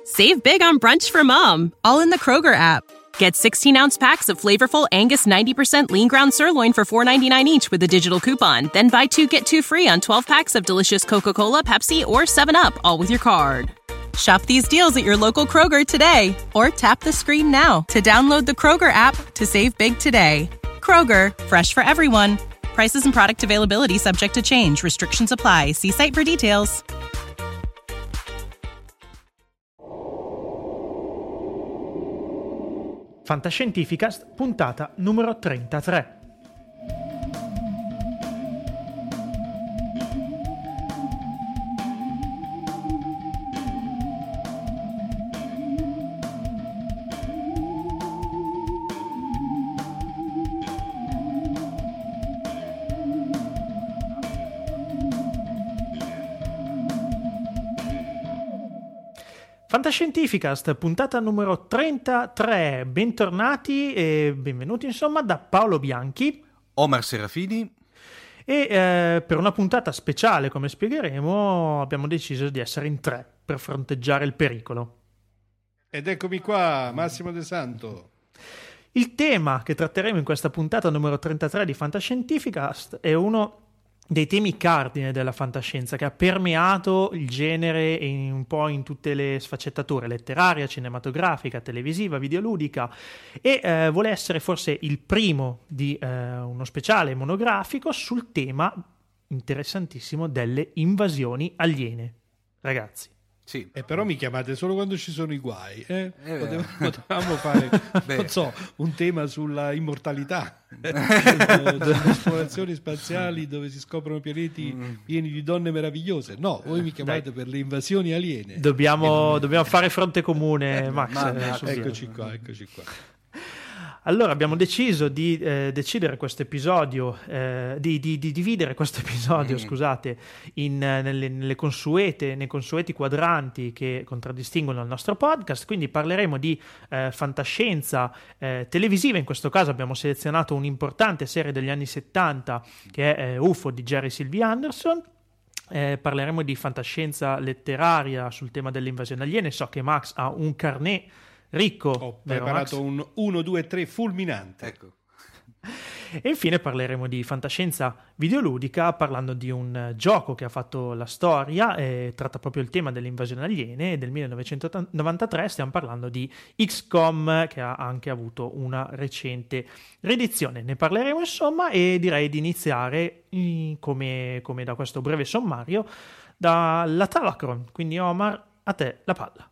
Save big on brunch for mom, all in the Kroger app. Get 16-ounce packs of flavorful Angus 90% lean ground sirloin for $4.99 each with a digital coupon. Then buy 2, get 2 free on 12 packs of delicious Coca-Cola, Pepsi, or 7-Up, all with your card. Shop these deals at your local Kroger today, or tap the screen now to download the Kroger app to save big today. Kroger, fresh for everyone. Prices and product availability subject to change. Restrictions apply. See site for details. Fantascientificast, puntata numero 33. Fantascientificast, puntata numero 33, bentornati e benvenuti insomma da Paolo Bianchi, Omar Serafini e per una puntata speciale, come spiegheremo, abbiamo deciso di essere in 3 per fronteggiare il pericolo. Ed eccomi qua, Massimo De Santo. Il tema che tratteremo in questa puntata numero 33 di Fantascientificast è uno dei temi cardine della fantascienza che ha permeato il genere un po' in tutte le sfaccettature, letteraria, cinematografica, televisiva, videoludica, e vuole essere forse il primo di uno speciale monografico sul tema interessantissimo delle invasioni aliene. Ragazzi. Sì. Però mi chiamate solo quando ci sono i guai. Potevamo fare, non so, un tema sulla immortalità, sulle esplorazioni spaziali dove si scoprono pianeti pieni di donne meravigliose. No, voi mi chiamate per le invasioni aliene. Dobbiamo fare fronte comune, Max. Eccoci qua. Allora abbiamo deciso di decidere questo episodio, di dividere questo episodio, scusate, nei consueti quadranti che contraddistinguono il nostro podcast. Quindi parleremo di fantascienza televisiva. In questo caso abbiamo selezionato un'importante serie degli anni 70 che è UFO di Jerry Sylvie Anderson. Parleremo di fantascienza letteraria sul tema delle invasioni aliene. So che Max ha un carnet ricco. Ho preparato un 1, 2, 3 fulminante. Ecco. E infine parleremo di fantascienza videoludica parlando di un gioco che ha fatto la storia e tratta proprio il tema delle invasioni aliene del 1993. Stiamo parlando di XCOM, che ha anche avuto una recente riedizione. Ne parleremo insomma, e direi di iniziare come da questo breve sommario dalla Tavacron. Quindi Omar, a te la palla.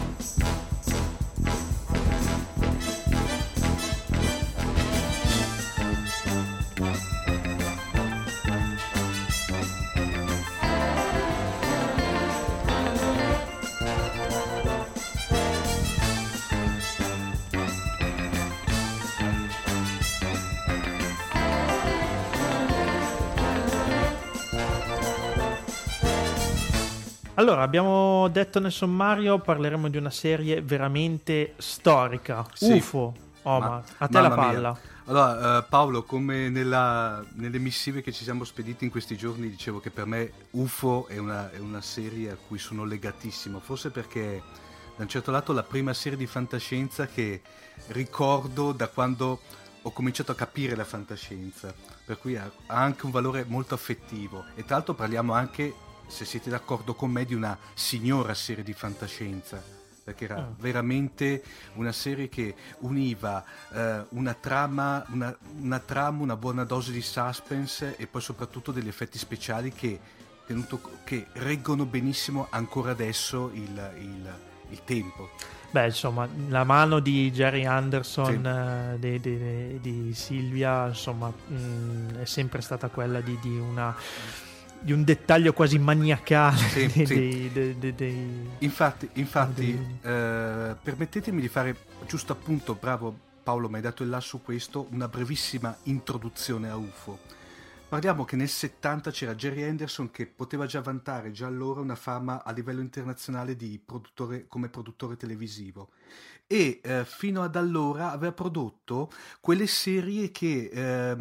Allora, abbiamo detto nel sommario, parleremo di una serie veramente storica. Sì. UFO, Omar, a te la palla. Mia. Allora, Paolo, come nelle missive che ci siamo spediti in questi giorni, dicevo che per me UFO è una serie a cui sono legatissimo, forse perché da un certo lato la prima serie di fantascienza che ricordo da quando ho cominciato a capire la fantascienza, per cui ha anche un valore molto affettivo. E tra l'altro parliamo anche, se siete d'accordo con me, di una signora serie di fantascienza, perché era veramente una serie che univa una trama, una buona dose di suspense e poi soprattutto degli effetti speciali che reggono benissimo ancora adesso il tempo. Beh, insomma, la mano di Jerry Anderson, sì, di Silvia, insomma, è sempre stata quella di un dettaglio quasi maniacale. Sì, Infatti, permettetemi di fare giusto appunto, bravo Paolo, mi hai dato il là su questo, una brevissima introduzione a UFO. Parliamo che nel 70 c'era Jerry Anderson che poteva già vantare già allora una fama a livello internazionale come produttore televisivo, e fino ad allora aveva prodotto quelle serie che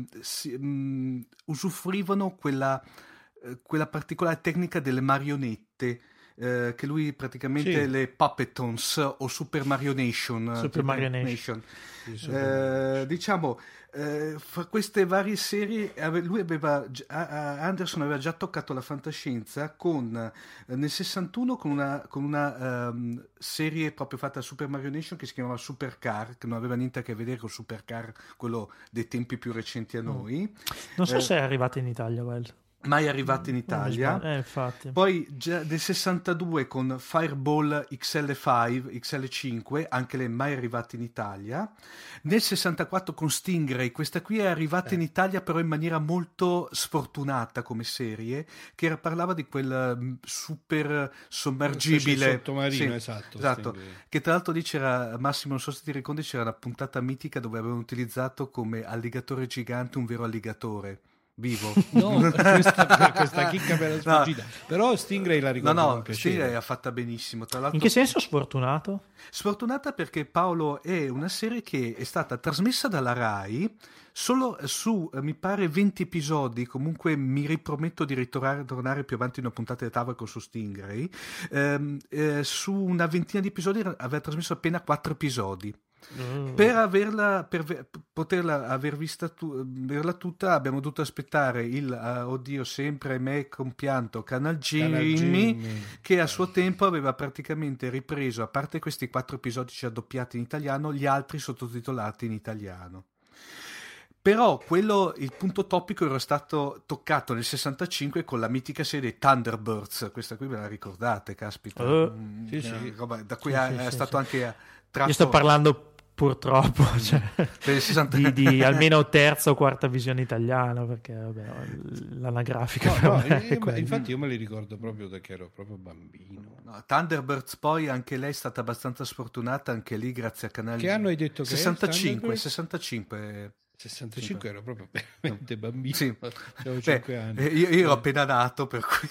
usufruivano quella particolare tecnica delle marionette, che lui praticamente le Puppetons o Super Mario Nation. Diciamo, fra queste varie serie Anderson aveva già toccato la fantascienza nel 61 con una serie proprio fatta da Super Mario Nation che si chiamava Supercar, che non aveva niente a che vedere con Supercar, quello dei tempi più recenti a noi. Non so se è arrivata in Italia quello. Mai arrivato in Italia. Infatti. Poi già nel 62 con Fireball XL5, anche lei mai arrivata in Italia. Nel 64 con Stingray, questa qui è arrivata in Italia però in maniera molto sfortunata come serie, che parlava di quel super sommergibile sottomarino, esatto. Che tra l'altro lì c'era, Massimo, non so se ti ricordi, c'era una puntata mitica dove avevano utilizzato come alligatore gigante un vero alligatore vivo. No, questa chicca per la sfuggita. Però Stingray la ricordo con piacere. Stingray ha fatta benissimo. Tra l'altro, in che senso sfortunato? Sfortunata perché, Paolo, è una serie che è stata trasmessa dalla Rai solo su, mi pare, 20 episodi. Comunque mi riprometto di ritornare più avanti in una puntata di Tavolo su Stingray. Su una ventina di episodi aveva trasmesso appena 4 episodi. Per poterla averla tutta abbiamo dovuto aspettare il sempre me compianto Canal Jimmy, che a suo tempo aveva praticamente ripreso, a parte questi 4 episodi già doppiati in italiano, gli altri sottotitolati in italiano. Però il punto topico era stato toccato nel 65 con la mitica serie Thunderbirds, questa qui ve la ricordate, caspita? Da cui è stato anche tratto. Io sto parlando purtroppo di almeno terza o quarta visione italiana, perché l'anagrafica infatti io me li ricordo proprio da che ero proprio bambino. Thunderbirds poi anche lei è stata abbastanza sfortunata, anche lì grazie a canali. Che anno hai detto che 65 65 ero proprio veramente bambino. Sì. Avevo 5 anni. Io ero appena nato, per cui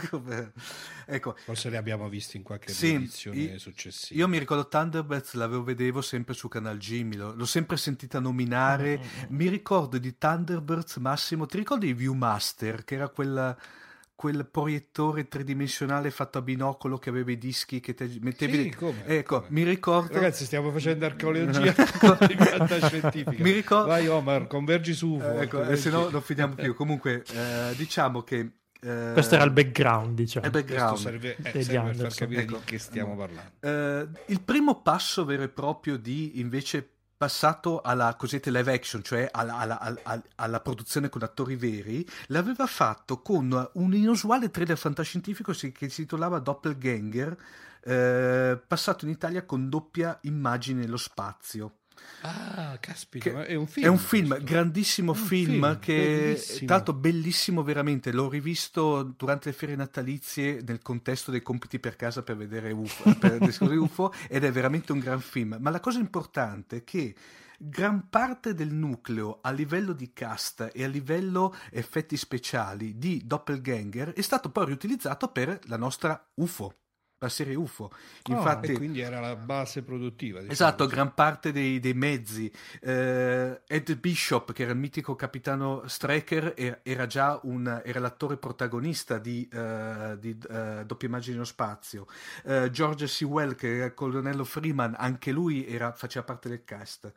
ecco. Forse li abbiamo visti in qualche edizione successiva. Io mi ricordo Thunderbirds, vedevo sempre su Canal Jimmy, l'ho sempre sentita nominare. Mi ricordo di Thunderbirds, Massimo, ti ricordi di Viewmaster, che era quel proiettore tridimensionale fatto a binocolo che aveva i dischi che te mettevi. Sì, come? Ecco, mi ricordo. Ragazzi, stiamo facendo archeologia fantascientifica. Mi ricordo. Vai Omar, convergi su UFO. Ecco, se no non finiamo più. Comunque, diciamo che questo era il background, diciamo. Il background. Serve per far capire di che stiamo parlando. Il primo passo vero e proprio invece passato alla cosiddetta live action, cioè alla produzione con attori veri, l'aveva fatto con un inusuale trailer fantascientifico che si titolava Doppelganger, passato in Italia con doppia immagine nello spazio. Ah, caspita, ma è un film. È un film, grandissimo film che bellissimo. Tra l'altro bellissimo veramente. L'ho rivisto durante le ferie natalizie nel contesto dei compiti per casa per vedere UFO, per descrivere UFO, ed è veramente un gran film. Ma la cosa importante è che gran parte del nucleo a livello di cast e a livello effetti speciali di Doppelganger è stato poi riutilizzato per la nostra UFO, la serie UFO. Infatti, e quindi era la base produttiva, diciamo. Esatto, gran parte dei mezzi. Ed Bishop, che era il mitico capitano Straker, era già era l'attore protagonista di Doppia immagine nello spazio. George Sewell, che era il colonnello Freeman, anche lui faceva parte del cast.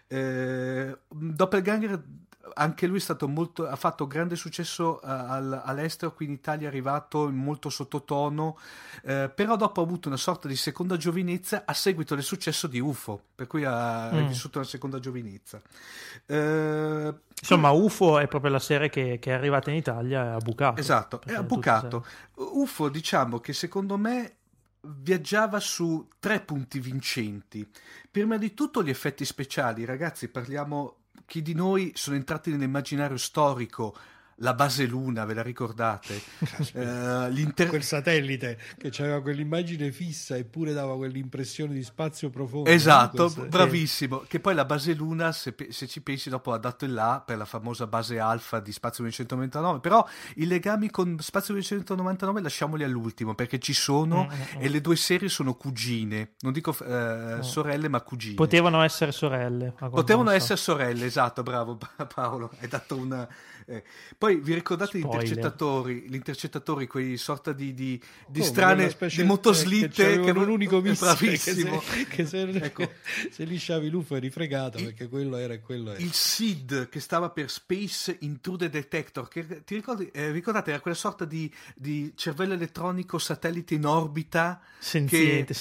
Doppelganger, anche lui è stato ha fatto grande successo all'estero, qui in Italia è arrivato molto sottotono, però dopo ha avuto una sorta di seconda giovinezza a seguito del successo di UFO, per cui ha vissuto una seconda giovinezza. Insomma, UFO è proprio la serie che è arrivata in Italia e ha bucato. Esatto, è bucato. UFO, diciamo che secondo me viaggiava su 3 punti vincenti. Prima di tutto gli effetti speciali, ragazzi, chi di noi sono entrati nell'immaginario storico? La base Luna, ve la ricordate? Quel satellite che aveva quell'immagine fissa eppure dava quell'impressione di spazio profondo. Esatto, bravissimo. Che poi la base Luna, se ci pensi, dopo ha dato il là per la famosa base Alfa di Spazio 1999, però i legami con Spazio 1999 lasciamoli all'ultimo, perché ci sono e le 2 serie sono cugine, non dico sorelle ma cugine. Potevano essere sorelle. Potevano essere sorelle, esatto, bravo Paolo, hai dato una... Poi Poi vi ricordate gli intercettatori, quei sorta di strane di motoslitte che un unico missile bravissimo. che se lisciavi l'UFO eri fregato, perché quello era. Il SID, che stava per Space Intruder Detector, che ricordate, era quella sorta di cervello elettronico satellite in orbita senziente.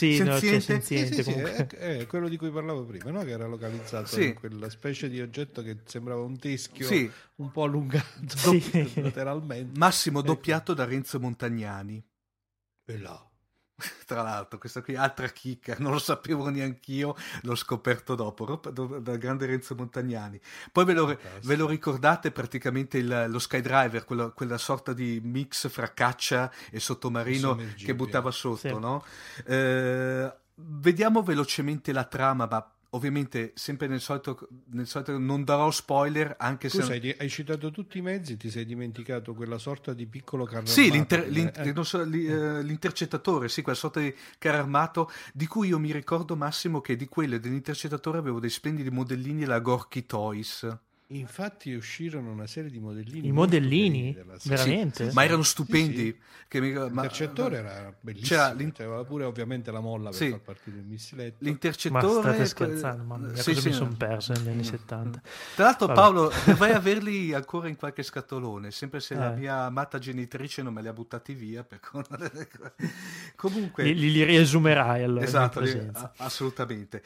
È quello di cui parlavo prima, no? Che era localizzato in quella specie di oggetto che sembrava un teschio un po' allungato lateralmente. Massimo doppiato da Renzo Montagnani. E là. Tra l'altro, questa qui altra chicca, non lo sapevo neanch'io, l'ho scoperto dopo, dal grande Renzo Montagnani. Poi ve lo ricordate praticamente lo Skydriver, quella sorta di mix fra caccia e sottomarino che buttava sotto, no? Vediamo velocemente la trama, ma ovviamente sempre nel solito non darò spoiler, anche se hai citato tutti i mezzi, ti sei dimenticato quella sorta di piccolo carro armato. Sì, l'intercettatore, sì, quella sorta di carro armato di cui io mi ricordo, Massimo, che di quello e dell'intercettatore avevo dei splendidi modellini alla Gorky Toys. Infatti uscirono una serie di modellini. I modellini? Veramente? Sì, ma erano stupendi. Sì. L'intercettore era bellissimo. C'era pure ovviamente la molla per far partire il missiletto. L'intercettore... Ma state scherzando, mamma mia, cosa mi sono perso negli anni 70. Tra l'altro, Paolo, dovrei averli ancora in qualche scatolone, sempre se la mia amata genitrice non me li ha buttati via. Comunque... Li riesumerai allora. Esatto, assolutamente.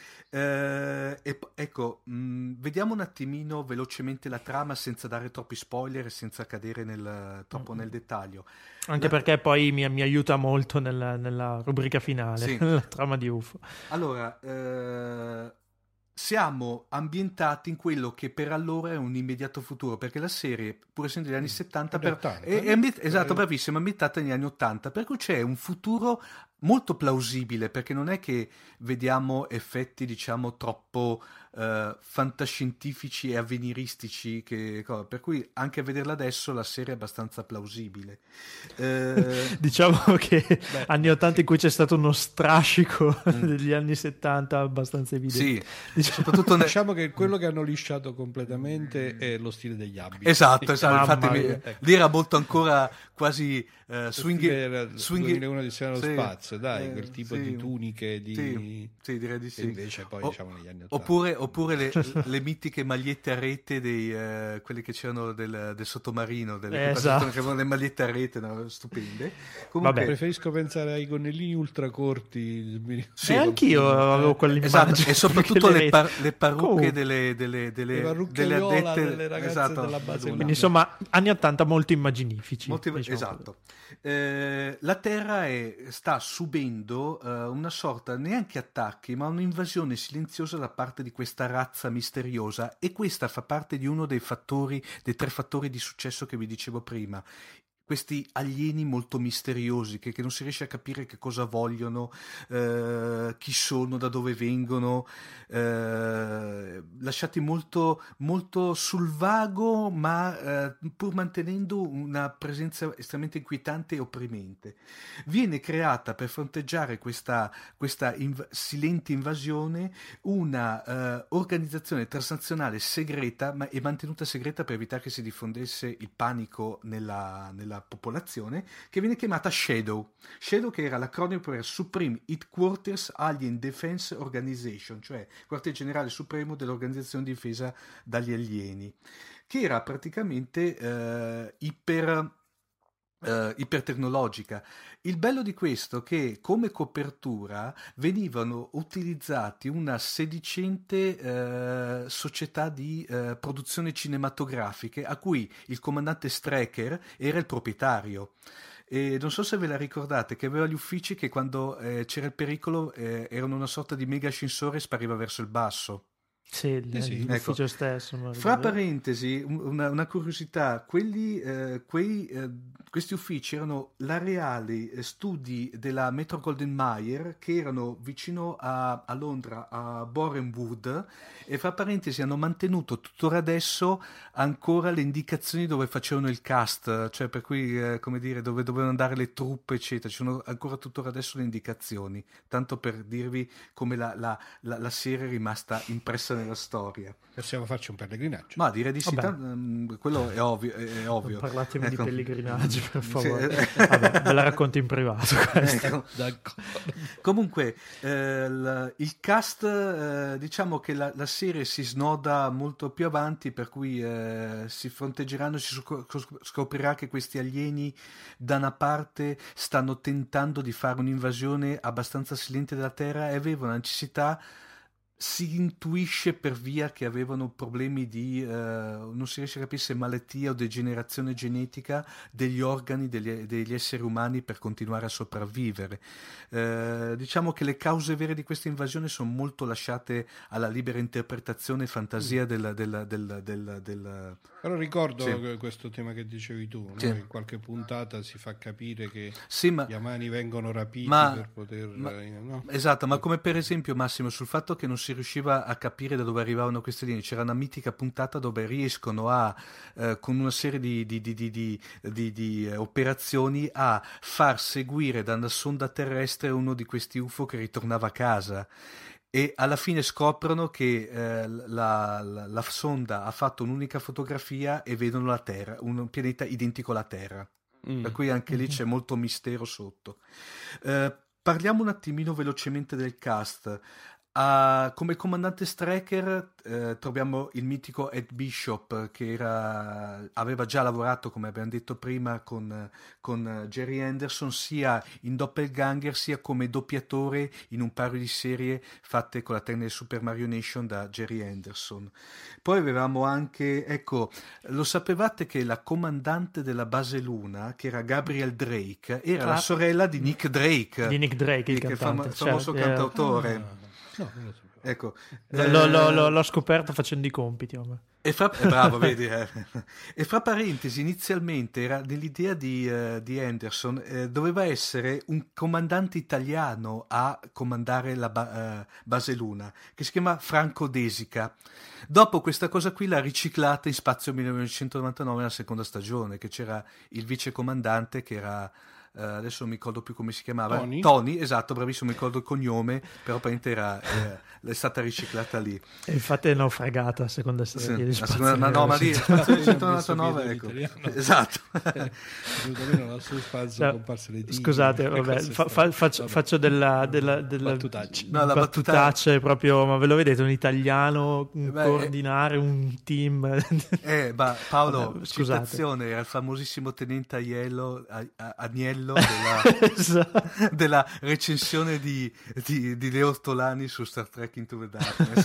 Ecco, vediamo un attimino velocemente la trama senza dare troppi spoiler e senza cadere troppo nel dettaglio. Anche perché poi mi aiuta molto nella rubrica finale, la trama di UFO. Allora, siamo ambientati in quello che per allora è un immediato futuro, perché la serie, pur essendo degli anni 70, esatto, bravissima, ambientata negli anni 80, per cui c'è un futuro molto plausibile, perché non è che vediamo effetti, diciamo, troppo fantascientifici e avveniristici, per cui anche a vederla adesso la serie è abbastanza plausibile. Diciamo che anni 80 in cui c'è stato uno strascico degli anni 70 abbastanza evidente. Sì, soprattutto diciamo che quello che hanno lisciato completamente è lo stile degli abiti. Esatto, infatti lì era molto ancora quasi swing 2001 di Odissea nello spazio, quel tipo di tuniche sì, direi di sì. Invece poi diciamo negli anni 80 oppure le mitiche magliette a rete quelle che c'erano del sottomarino, esatto. che avevano le magliette a rete, stupende. Comunque, vabbè, preferisco pensare ai gonnellini ultracorti. Sì, anch'io avevo quell'immagine. Esatto, e soprattutto le parrucche delle addette, delle ragazze della base. Quindi insomma anni 80 molto immaginifici. Esatto. La Terra sta subendo una sorta, neanche attacchi, ma un'invasione silenziosa da parte di questa razza misteriosa, e questa fa parte di uno dei 3 fattori di successo che vi dicevo prima. Questi alieni molto misteriosi che non si riesce a capire che cosa vogliono, chi sono, da dove vengono, lasciati molto, molto sul vago, ma pur mantenendo una presenza estremamente inquietante e opprimente. Viene creata per fronteggiare questa silente invasione una organizzazione transnazionale segreta e mantenuta segreta per evitare che si diffondesse il panico nella popolazione, che viene chiamata Shadow, che era l'acronimo per Supreme Headquarters Alien Defense Organization, cioè quartier generale supremo dell'organizzazione di difesa dagli alieni, che era praticamente ipertecnologica. Il bello di questo è che come copertura venivano utilizzati una sedicente società di produzione cinematografiche a cui il comandante Strecker era il proprietario. E non so se ve la ricordate, che aveva gli uffici che quando c'era il pericolo erano una sorta di mega ascensore e spariva verso il basso. Sì, l'ufficio stesso. Fra parentesi, una curiosità, questi uffici erano l'areale studi della Metro Goldwyn Mayer, che erano vicino a Londra, a Borehamwood, e fra parentesi hanno mantenuto tuttora adesso ancora le indicazioni dove facevano il cast, cioè per cui, come dire, dove dovevano andare le truppe, eccetera. Ci sono ancora tuttora adesso le indicazioni, tanto per dirvi come la serie è rimasta impressa nella storia. Possiamo farci un pellegrinaggio. Ma direi di sì, quello è ovvio. Non parlatemi di pellegrinaggi, per favore. Vabbè, ve la racconto in privato. Ecco. Comunque, il cast, diciamo che la serie si snoda molto più avanti, per cui si fronteggeranno, si scoprirà che questi alieni da una parte stanno tentando di fare un'invasione abbastanza silente della Terra e avevano necessità. Si intuisce per via che avevano problemi di, non si riesce a capire se malattia o degenerazione genetica degli organi degli esseri umani per continuare a sopravvivere. Diciamo che le cause vere di questa invasione sono molto lasciate alla libera interpretazione e fantasia del Però ricordo questo tema che dicevi tu, no? In qualche puntata si fa capire che gli umani vengono rapiti per poter... no? Esatto, ma come per esempio, Massimo, sul fatto che non si riusciva a capire da dove arrivavano queste linee, c'era una mitica puntata dove riescono a, con una serie di operazioni, a far seguire da una sonda terrestre uno di questi UFO che ritornava a casa. E alla fine scoprono che la sonda ha fatto un'unica fotografia e vedono la Terra, un pianeta identico alla Terra. Per cui anche lì c'è molto mistero sotto. Parliamo un attimino velocemente del cast. Come comandante Straker troviamo il mitico Ed Bishop, che aveva già lavorato, come abbiamo detto prima, con Jerry Anderson, sia in Doppelganger sia come doppiatore in un paio di serie fatte con la tecnica Super Mario Nation da Jerry Anderson. Poi avevamo anche, lo sapevate che la comandante della base Luna, che era Gabrielle Drake, era la sorella di Nick Drake. Di Nick Drake, il cantante, famoso cantautore. No, non lo sapevo. Ecco, l'ho scoperto facendo i compiti. Bravo, vedi. E fra parentesi, inizialmente era nell'idea di Anderson, doveva essere un comandante italiano a comandare la base Luna, che si chiama Franco Desica. Dopo questa cosa qui l'ha riciclata in Spazio 1999 nella seconda stagione, che c'era il vice comandante che era... adesso non mi ricordo più come si chiamava. Tony, esatto, bravissimo, mi ricordo il cognome, però apparentemente è stata riciclata lì. E infatti è naufragata, seconda serie di Spazio. Ma lì Spazio 1999, ecco. Esatto. Scusate, vabbè, faccio della battutaccia proprio, ma ve lo vedete un italiano coordinare un team? Paolo, citazione, era il famosissimo tenente Agnello della recensione di Leo Ortolani su Star Trek Into the Darkness.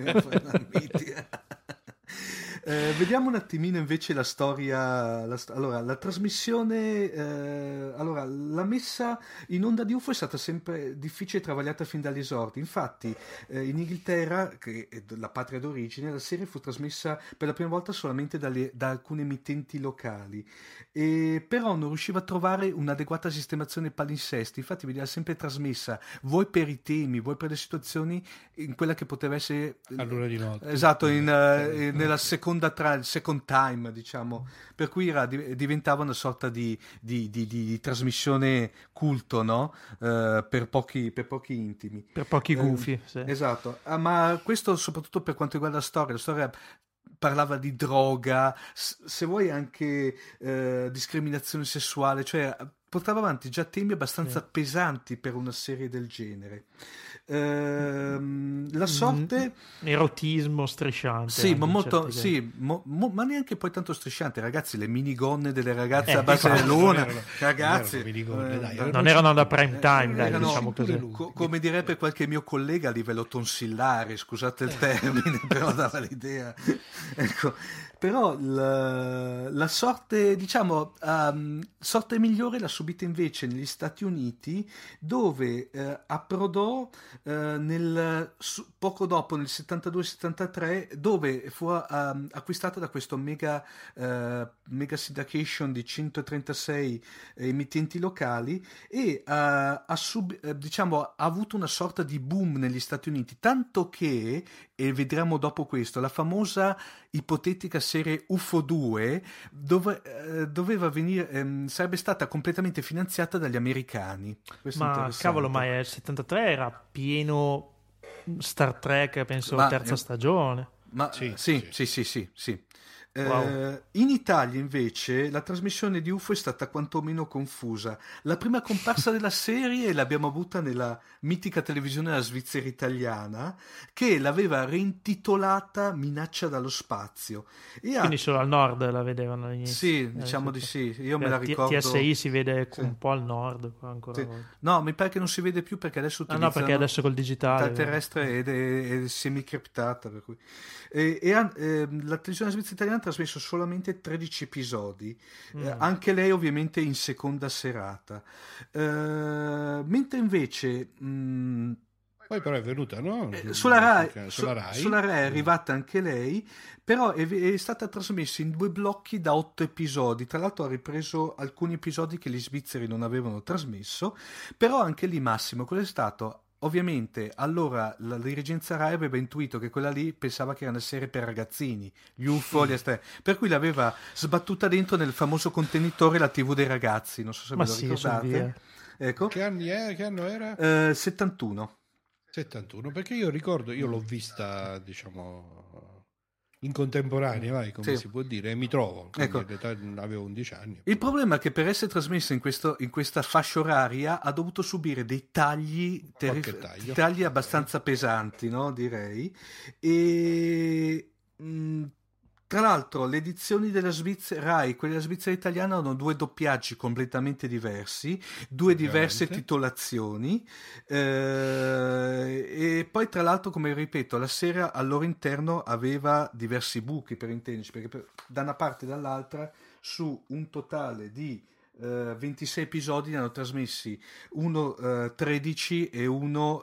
Vediamo un attimino invece la storia. Allora, la trasmissione, la messa in onda di UFO è stata sempre difficile e travagliata fin dagli esordi. Infatti, in Inghilterra, che è la patria d'origine, la serie fu trasmessa per la prima volta solamente da alcune emittenti locali. Però non riusciva a trovare un'adeguata sistemazione palinsesti. Infatti veniva sempre trasmessa, vuoi per i temi, vuoi per le situazioni, in quella che poteva essere all'ora di notte. Esatto, nella second time, diciamo, per cui diventava una sorta di trasmissione culto, no? Per pochi intimi, per pochi gufi, sì. Esatto. Ma questo soprattutto per quanto riguarda la storia parlava di droga, se vuoi anche discriminazione sessuale, cioè portava avanti già temi abbastanza pesanti per una serie del genere. La sorte, erotismo strisciante, sì, ma molto, sì, ma neanche poi tanto strisciante, ragazzi. Le minigonne delle ragazze a base della Luna, ragazzi, non erano da prime time, erano, diciamo così. Come direbbe qualche mio collega, a livello tonsillare, scusate il termine, però dava l'idea. Ecco, però la sorte, diciamo, sorte migliore l'ha subita invece negli Stati Uniti, dove approdò poco dopo, nel 72-73, dove fu acquistata da questo mega syndication di 136 emittenti locali e ha avuto una sorta di boom negli Stati Uniti, tanto che, e vedremo dopo questo, la famosa ipotetica serie UFO 2 doveva venire, sarebbe stata completamente finanziata dagli americani. Questo ma cavolo, ma il 73 era pieno Star Trek, penso terza stagione. Ma sì. Wow. In Italia invece la trasmissione di UFO è stata quantomeno confusa. La prima comparsa della serie l'abbiamo avuta nella mitica televisione della Svizzera italiana, che l'aveva reintitolata Minaccia dallo spazio. Quindi solo al nord la vedevano all'inizio. Sì, diciamo di sì. Io me la ricordo. TSI si vede un po' al nord ancora. Sì. No, mi pare che non si vede più perché adesso utilizzano perché adesso col digitale terrestre ed è semi-criptata, per cui. La televisione svizzera italiana ha trasmesso solamente 13 episodi, anche lei ovviamente in seconda serata, mentre invece poi però è venuta, no? Sulla Rai è arrivata anche lei, però è stata trasmessa in 2 blocchi da 8 episodi. Tra l'altro ha ripreso alcuni episodi che gli svizzeri non avevano trasmesso, però anche lì Massimo, quello è stato. Ovviamente allora la dirigenza Rai aveva intuito che quella lì pensava che era una serie per ragazzini, gli UFO, per cui l'aveva sbattuta dentro nel famoso contenitore la TV dei ragazzi, non so se ve lo ricordate. Ecco. Che anno era? 71, perché io ricordo, io l'ho vista in contemporanea, come si può dire, e mi trovo, ecco. In realtà avevo 11 anni. Il problema è che per essere trasmessa in questa fascia oraria ha dovuto subire dei tagli abbastanza pesanti, no? Direi. E tra l'altro le edizioni della Rai, quelle della Svizzera italiana, hanno 2 doppiaggi completamente diversi, 2 diverse titolazioni, e poi tra l'altro, come ripeto, la serie al loro interno aveva diversi buchi, per intenderci, perché da una parte e dall'altra su un totale di 26 episodi ne hanno trasmessi uno 13 e uno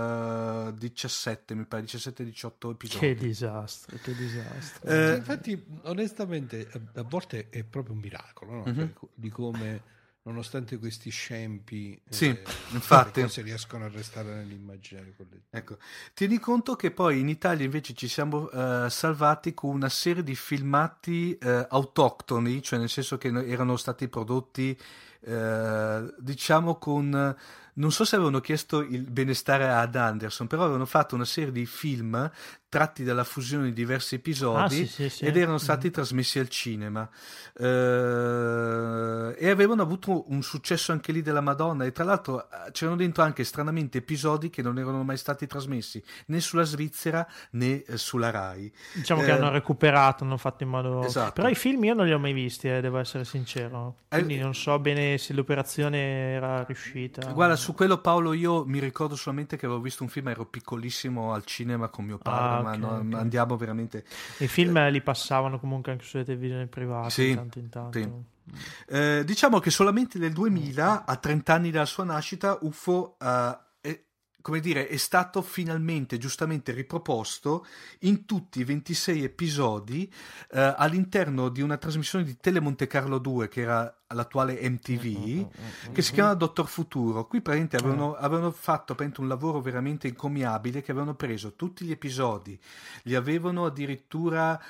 17, mi pare 17-18 episodi. Che disastro. Infatti onestamente a volte è proprio un miracolo, no? Cioè, di come nonostante questi scempi infatti le cose riescono a restare nell'immaginario collettivo. Ecco, tieni conto che poi in Italia invece ci siamo salvati con una serie di filmati autoctoni, cioè nel senso che erano stati prodotti diciamo con, non so se avevano chiesto il benestare ad Anderson, però avevano fatto una serie di film tratti dalla fusione di diversi episodi ed erano stati trasmessi al cinema, e avevano avuto un successo anche lì della Madonna, e tra l'altro c'erano dentro anche stranamente episodi che non erano mai stati trasmessi né sulla Svizzera né sulla Rai, diciamo che hanno recuperato, hanno fatto in modo esatto. Però i film io non li ho mai visti, devo essere sincero, quindi non so bene se l'operazione era riuscita. Guarda, su quello Paolo io mi ricordo solamente che avevo visto un film, ero piccolissimo, al cinema con mio padre, ma andiamo veramente. I film li passavano comunque anche sulle televisioni private di tanto in tanto. Sì. Diciamo che solamente nel 2000, a 30 anni dalla sua nascita, UFO è stato finalmente giustamente riproposto in tutti i 26 episodi all'interno di una trasmissione di Tele Monte Carlo 2, che era l'attuale MTV, che si chiama Dottor Futuro. Qui praticamente avevano fatto un lavoro veramente encomiabile, che avevano preso tutti gli episodi, li avevano addirittura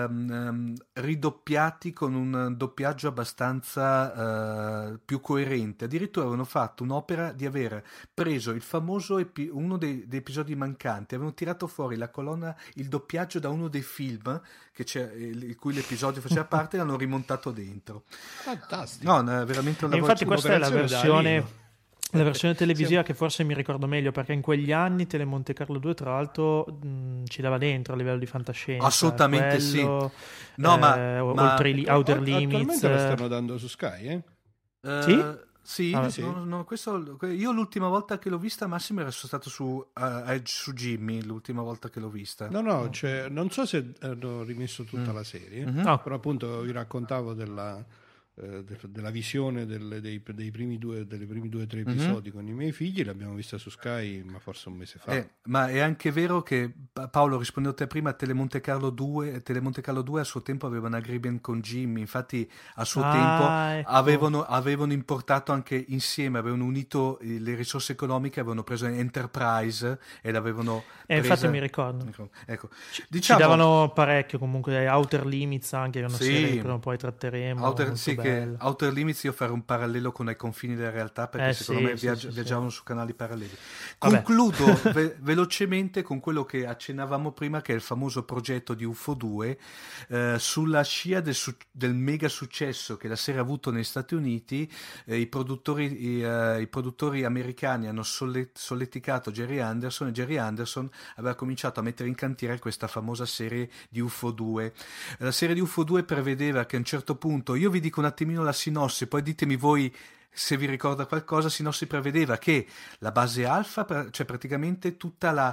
ridoppiati con un doppiaggio abbastanza più coerente, addirittura avevano fatto un'opera di aver preso il famoso uno dei episodi mancanti, avevano tirato fuori la colonna, il doppiaggio da uno dei film in cui l'episodio faceva parte, e l'hanno rimontato dentro. Fantastico. No, è veramente un lavoro. Infatti questa è la versione televisiva che forse mi ricordo meglio, perché in quegli anni Tele Monte Carlo 2 tra l'altro ci dava dentro a livello di fantascienza. Assolutamente quello, sì. No, ma Outer Limits attualmente lo stanno dando su Sky, sì? Sì, questo, io l'ultima volta che l'ho vista, Massimo, era stato su Jimmy, l'ultima volta che l'ho vista. No, non so se hanno rimesso tutta la serie, però appunto vi raccontavo della visione delle primi 2 o 3 episodi con i miei figli. L'abbiamo vista su Sky, ma forse un mese fa. Ma è anche vero che, Paolo, rispondendo a te prima, Tele Monte Carlo 2 a suo tempo aveva un agreement con Jimmy, infatti a suo tempo ecco. avevano importato anche insieme, avevano unito le risorse economiche, avevano preso Enterprise e l'avevano infatti mi ricordo, ecco. Ci davano parecchio comunque. Outer Limits anche, che è una serie che prima o poi tratteremo, che che Outer Limits io farò un parallelo con Ai confini della realtà, perché secondo me viaggiavano su canali paralleli. Concludo velocemente con quello che accennavamo prima, che è il famoso progetto di UFO 2, sulla scia del mega successo che la serie ha avuto negli Stati Uniti. I produttori americani hanno solleticato Jerry Anderson, e Jerry Anderson aveva cominciato a mettere in cantiere questa famosa serie di UFO 2. La serie di UFO 2 prevedeva che a un certo punto, io vi dico un attimino la sinossi, poi ditemi voi se vi ricorda qualcosa. Sinossi prevedeva che la base alfa, cioè praticamente tutta la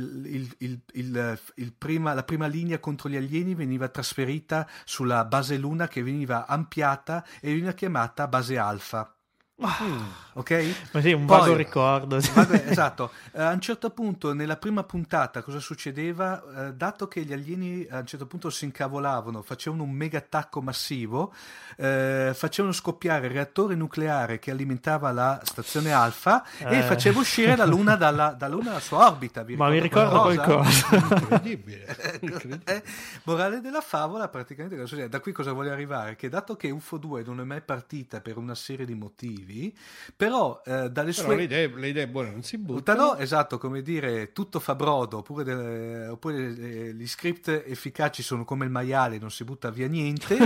prima linea contro gli alieni, veniva trasferita sulla base Luna, che veniva ampliata e veniva chiamata base alfa. Ok? Ma sì, un vago ricordo. Esatto. A un certo punto, nella prima puntata, cosa succedeva? Dato che gli alieni a un certo punto si incavolavano, facevano un mega attacco massivo, facevano scoppiare il reattore nucleare che alimentava la stazione Alfa e faceva uscire la Luna dalla sua orbita. Ma mi ricordo qualcosa. Incredibile. Morale della favola, praticamente cosa succede? Da qui cosa voglio arrivare? Che dato che UFO 2 non è mai partita per una serie di motivi, però dalle sue le idee buone non si buttano. Esatto, come dire, tutto fa brodo, oppure gli script efficaci sono come il maiale, non si butta via niente.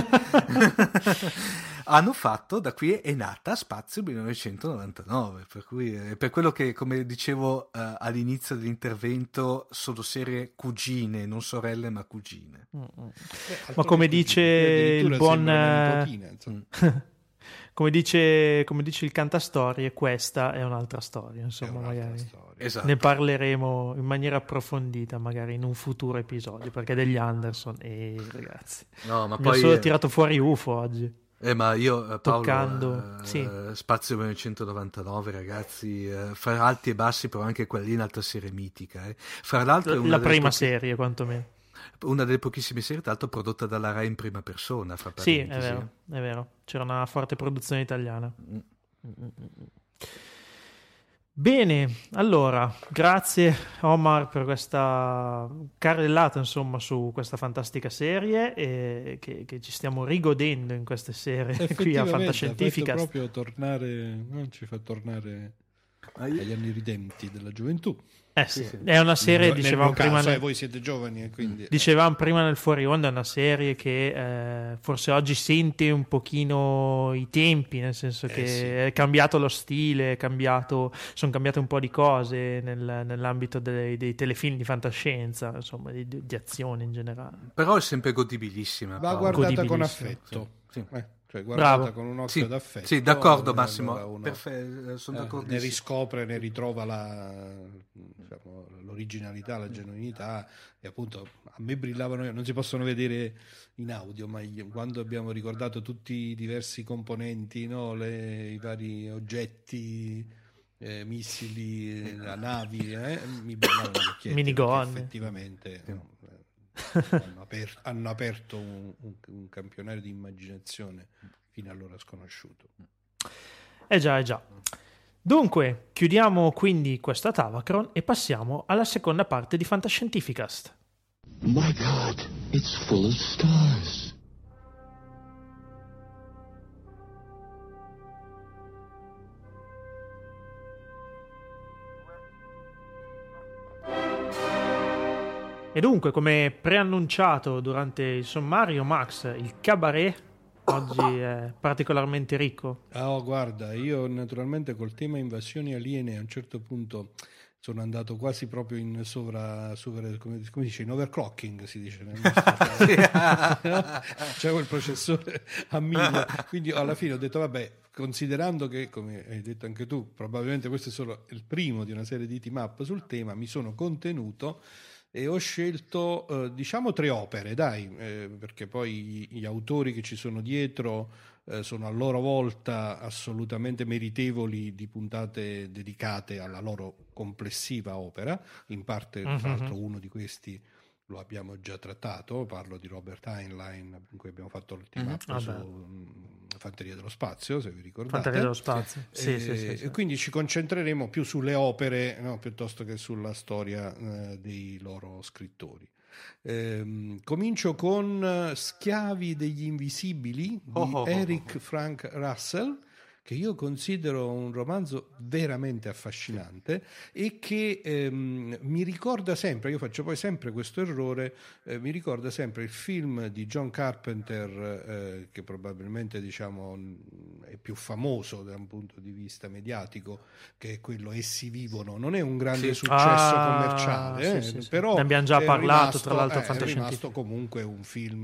Hanno fatto, da qui è nata Spazio 1999, per cui per quello che, come dicevo all'inizio dell'intervento, sono serie cugine, non sorelle ma cugine. Ma come dice il buon come dice il cantastorie, questa è un'altra storia, insomma, magari esatto. Ne parleremo in maniera approfondita magari in un futuro episodio, perché degli Anderson ragazzi, ma mi ha solo tirato fuori UFO oggi. Ma io, Paolo, Spazio 1999, ragazzi, fra alti e bassi, però anche quella lì è un'altra serie mitica. Fra l'altro la prima serie, quantomeno. Una delle pochissime serie, tra l'altro, prodotta dalla Rai in prima persona. Sì, è vero. C'era una forte produzione italiana. Bene, allora, grazie Omar per questa carrellata, insomma, su questa fantastica serie che ci stiamo rigodendo in queste serie qui a Fantascientificast. Proprio ci fa tornare agli anni ridenti della gioventù. Sì. È una serie, dicevamo prima, voi siete giovani e quindi dicevamo prima nel fuori onda, è una serie che forse oggi sente un pochino i tempi, nel senso che è cambiato lo stile, sono cambiate un po' di cose nell'ambito dei telefilm di fantascienza, insomma, di azione in generale. Però è sempre godibilissima. Va guardata con affetto. Sì. Cioè guardata con un occhio d'affetto. Sì, d'accordo Massimo, sono d'accordo. Ne riscopre, ne ritrova l'originalità, la genuinità, e appunto a me brillavano, non si possono vedere in audio, ma quando abbiamo ricordato tutti i diversi componenti, no? I vari oggetti, missili, navi, mi brillavano gli occhietti, minigun, effettivamente hanno aperto un campionario di immaginazione fino allora sconosciuto. Già. Dunque, chiudiamo quindi questa Tavacron e passiamo alla seconda parte di Fantascientificast. My God, it's full of stars. E dunque, come preannunciato durante il sommario, Max, il cabaret oggi è particolarmente ricco. Guarda, io naturalmente col tema invasioni aliene a un certo punto sono andato quasi proprio in come dice, in overclocking si dice nel nostro c'è quel processore a 1000, quindi alla fine ho detto vabbè, considerando che, come hai detto anche tu, probabilmente questo è solo il primo di una serie di team up sul tema, mi sono contenuto e ho scelto diciamo 3 opere, perché poi gli autori che ci sono dietro sono a loro volta assolutamente meritevoli di puntate dedicate alla loro complessiva opera, in parte tra l'altro uno di questi lo abbiamo già trattato, parlo di Robert Heinlein, in cui abbiamo fatto il team up su Fanteria dello Spazio, se vi ricordate. Fanteria dello Spazio, sì. E quindi ci concentreremo più sulle opere, no, piuttosto che sulla storia dei loro scrittori. Comincio con Schiavi degli Invisibili di Eric Frank Russell, che io considero un romanzo veramente affascinante e che mi ricorda sempre, io faccio poi sempre questo errore, mi ricorda sempre il film di John Carpenter, che probabilmente diciamo è più famoso da un punto di vista mediatico, che è quello Essi vivono. Non è un grande successo commerciale, però ne abbiamo già parlato, tra l'altro, è rimasto comunque un film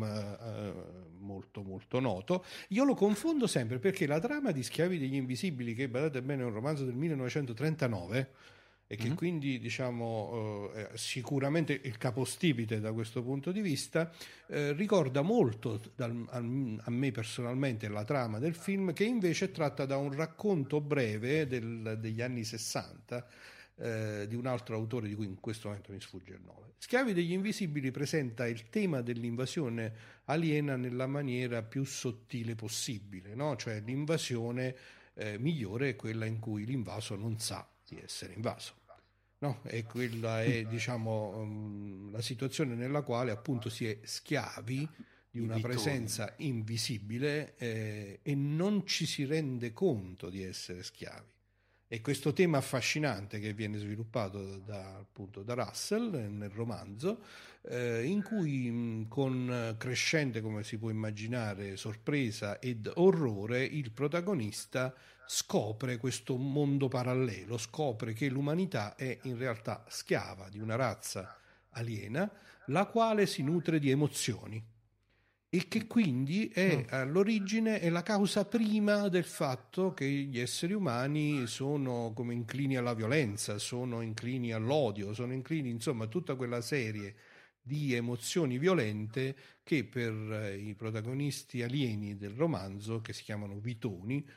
molto molto noto. Io lo confondo sempre perché la trama di Schiavi degli Invisibili, che badate bene è un romanzo del 1939 e che quindi diciamo sicuramente il capostipite da questo punto di vista, ricorda molto a me personalmente la trama del film, che invece è tratta da un racconto breve degli anni 60 di un altro autore di cui in questo momento mi sfugge il nome. Schiavi degli Invisibili presenta il tema dell'invasione aliena nella maniera più sottile possibile, no? Cioè l'invasione migliore è quella in cui l'invaso non sa di essere invaso, no? E quella è diciamo la situazione nella quale appunto si è schiavi di una presenza invisibile e non ci si rende conto di essere schiavi. E questo tema affascinante che viene sviluppato appunto da Russell nel romanzo, in cui con crescente, come si può immaginare, sorpresa ed orrore, il protagonista scopre questo mondo parallelo, scopre che l'umanità è in realtà schiava di una razza aliena, la quale si nutre di emozioni, e che quindi è all'origine, è la causa prima del fatto che gli esseri umani sono come inclini alla violenza, sono inclini all'odio, sono inclini insomma a tutta quella serie di emozioni violente che per i protagonisti alieni del romanzo, che si chiamano vitoni,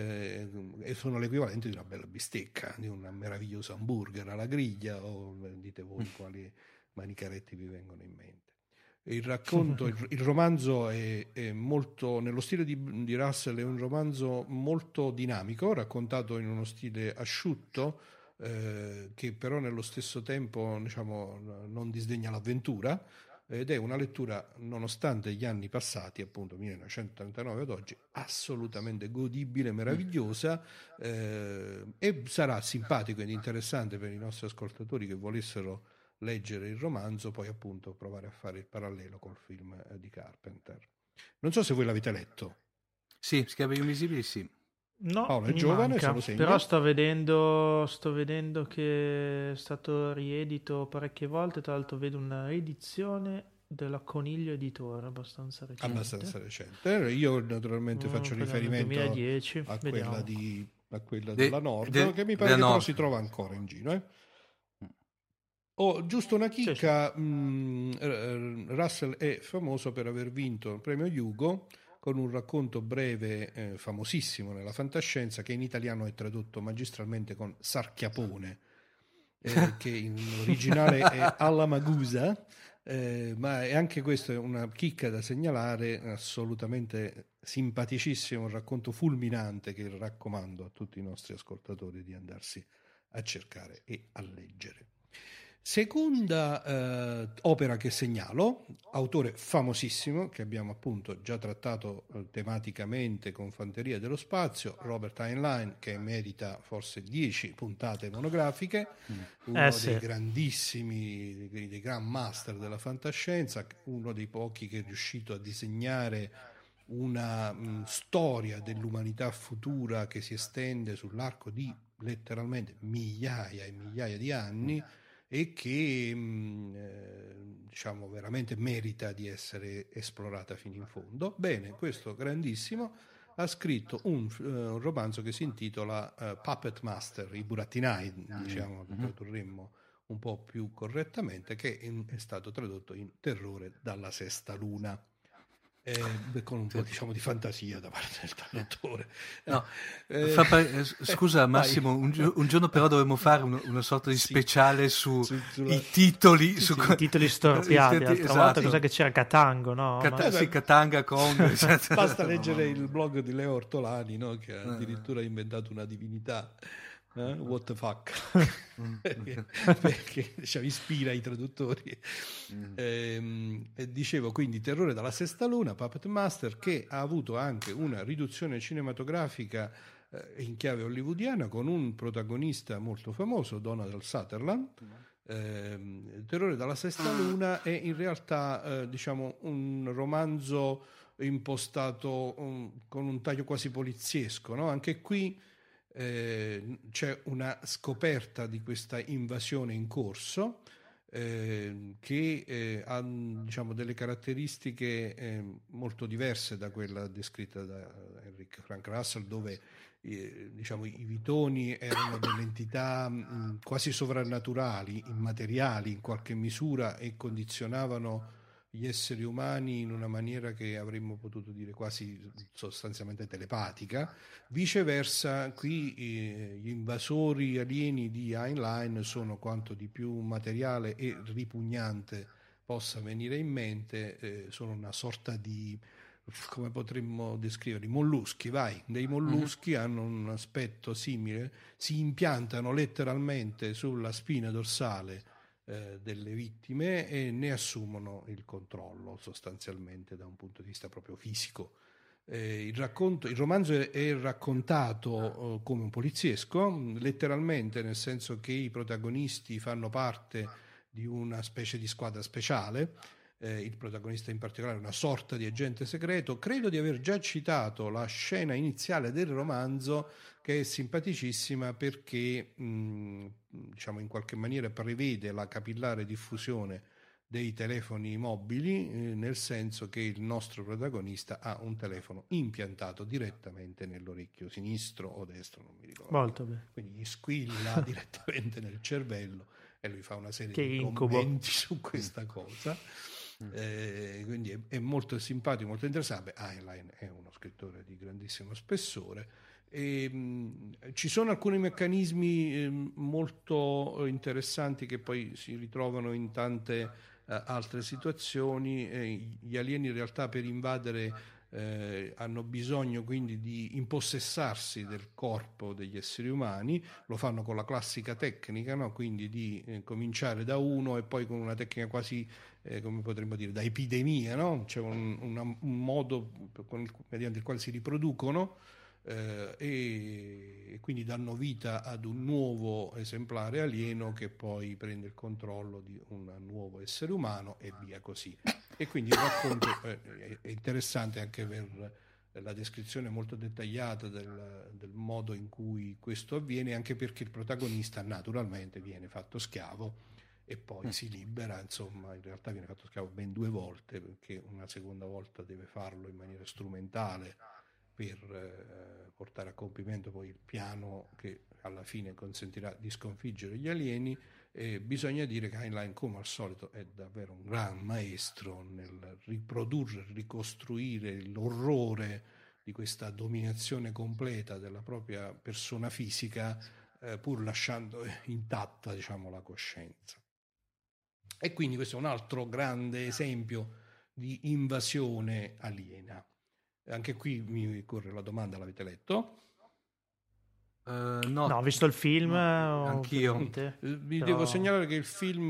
sono l'equivalente di una bella bistecca, di un meraviglioso hamburger alla griglia, o dite voi quali manicaretti vi vengono in mente. Il racconto, il romanzo è molto, nello stile di Russell, è un romanzo molto dinamico, raccontato in uno stile asciutto, che però nello stesso tempo diciamo non disdegna l'avventura, ed è una lettura, nonostante gli anni passati, appunto 1939 ad oggi, assolutamente godibile, meravigliosa, e sarà simpatico ed interessante per i nostri ascoltatori che volessero leggere il romanzo, poi appunto provare a fare il parallelo col film di Carpenter. Non so se voi l'avete letto. Sì, Schiavi Invisibili, sì. No, Paolo è giovane, manca, se lo segna. però sto vedendo che è stato riedito parecchie volte, tra l'altro vedo una riedizione della Coniglio Editore abbastanza recente. Io naturalmente faccio riferimento 2010, a quella De- della Nord, de- che mi pare che Nord. però si trova ancora in giro. Giusto una chicca, Russell è famoso per aver vinto il premio Hugo con un racconto breve famosissimo nella fantascienza, che in italiano è tradotto magistralmente con Sarchiapone, che in originale è Alla Magusa, ma è anche questa è una chicca da segnalare, assolutamente simpaticissimo, un racconto fulminante che raccomando a tutti i nostri ascoltatori di andarsi a cercare e a leggere. Seconda opera che segnalo, autore famosissimo che abbiamo appunto già trattato tematicamente con Fanteria dello Spazio, Robert Heinlein, che merita forse 10 puntate monografiche, uno dei grandissimi, dei gran master della fantascienza, uno dei pochi che è riuscito a disegnare una storia dell'umanità futura che si estende sull'arco di letteralmente migliaia e migliaia di anni, e che diciamo veramente merita di essere esplorata fino in fondo. Bene, questo grandissimo ha scritto un romanzo che si intitola Puppet Master, i burattinai, diciamo, lo tradurremmo un po' più correttamente, che è stato tradotto in Terrore dalla sesta luna. Con un po' diciamo di fantasia da parte del traduttore. No, scusa Massimo, un giorno però dovremmo fare una sorta di speciale sui titoli, i titoli storpiati. L'altra volta cos'è che c'era? Catango, no? Katanga, Kong. Basta leggere il blog di Leo Ortolani, no? Che ha addirittura inventato una divinità What the fuck? Perché diciamo, ispira i traduttori. Dicevo quindi Terrore dalla sesta luna, Puppet Master, che ha avuto anche una riduzione cinematografica in chiave hollywoodiana con un protagonista molto famoso, Donald Sutherland. Terrore dalla sesta luna è in realtà diciamo un romanzo impostato con un taglio quasi poliziesco, no? Anche qui c'è una scoperta di questa invasione in corso che ha diciamo delle caratteristiche molto diverse da quella descritta da Henrik Frank Russell, dove diciamo i vitoni erano delle entità quasi sovrannaturali, immateriali in qualche misura, e condizionavano gli esseri umani in una maniera che avremmo potuto dire quasi sostanzialmente telepatica. Viceversa, qui gli invasori alieni di Heinlein sono quanto di più materiale e ripugnante possa venire in mente, sono una sorta di, come potremmo descriverli, molluschi, dei molluschi, hanno un aspetto simile, si impiantano letteralmente sulla spina dorsale delle vittime e ne assumono il controllo sostanzialmente da un punto di vista proprio fisico. Il romanzo è raccontato come un poliziesco, letteralmente, nel senso che i protagonisti fanno parte di una specie di squadra speciale. Il protagonista in particolare è una sorta di agente segreto. Credo di aver già citato la scena iniziale del romanzo, che è simpaticissima perché diciamo in qualche maniera prevede la capillare diffusione dei telefoni mobili, nel senso che il nostro protagonista ha un telefono impiantato direttamente nell'orecchio sinistro o destro, non mi ricordo. Molto bene. Quindi gli squilla direttamente nel cervello e lui fa una serie di incubo. commenti su questa cosa. Quindi è molto simpatico, molto interessante. Heinlein è uno scrittore di grandissimo spessore e ci sono alcuni meccanismi molto interessanti che poi si ritrovano in tante altre situazioni. Gli alieni in realtà per invadere hanno bisogno quindi di impossessarsi del corpo degli esseri umani, lo fanno con la classica tecnica, no? Quindi di cominciare da uno e poi con una tecnica quasi come potremmo dire da epidemia, no? C'è un modo mediante il quale si riproducono e quindi danno vita ad un nuovo esemplare alieno che poi prende il controllo di un nuovo essere umano e via così. E quindi il racconto è interessante anche per la descrizione molto dettagliata del modo in cui questo avviene, anche perché il protagonista naturalmente viene fatto schiavo e poi si libera, insomma in realtà viene fatto schiavo ben 2 volte, perché una seconda volta deve farlo in maniera strumentale per portare a compimento poi il piano che alla fine consentirà di sconfiggere gli alieni. Bisogna dire che Heinlein, come al solito, è davvero un gran maestro nel riprodurre, ricostruire l'orrore di questa dominazione completa della propria persona fisica, pur lasciando intatta, diciamo, la coscienza. E quindi questo è un altro grande esempio di invasione aliena. Anche qui mi corre la domanda: l'avete letto? No, ho visto il film. Anch'io. Vi devo segnalare che il film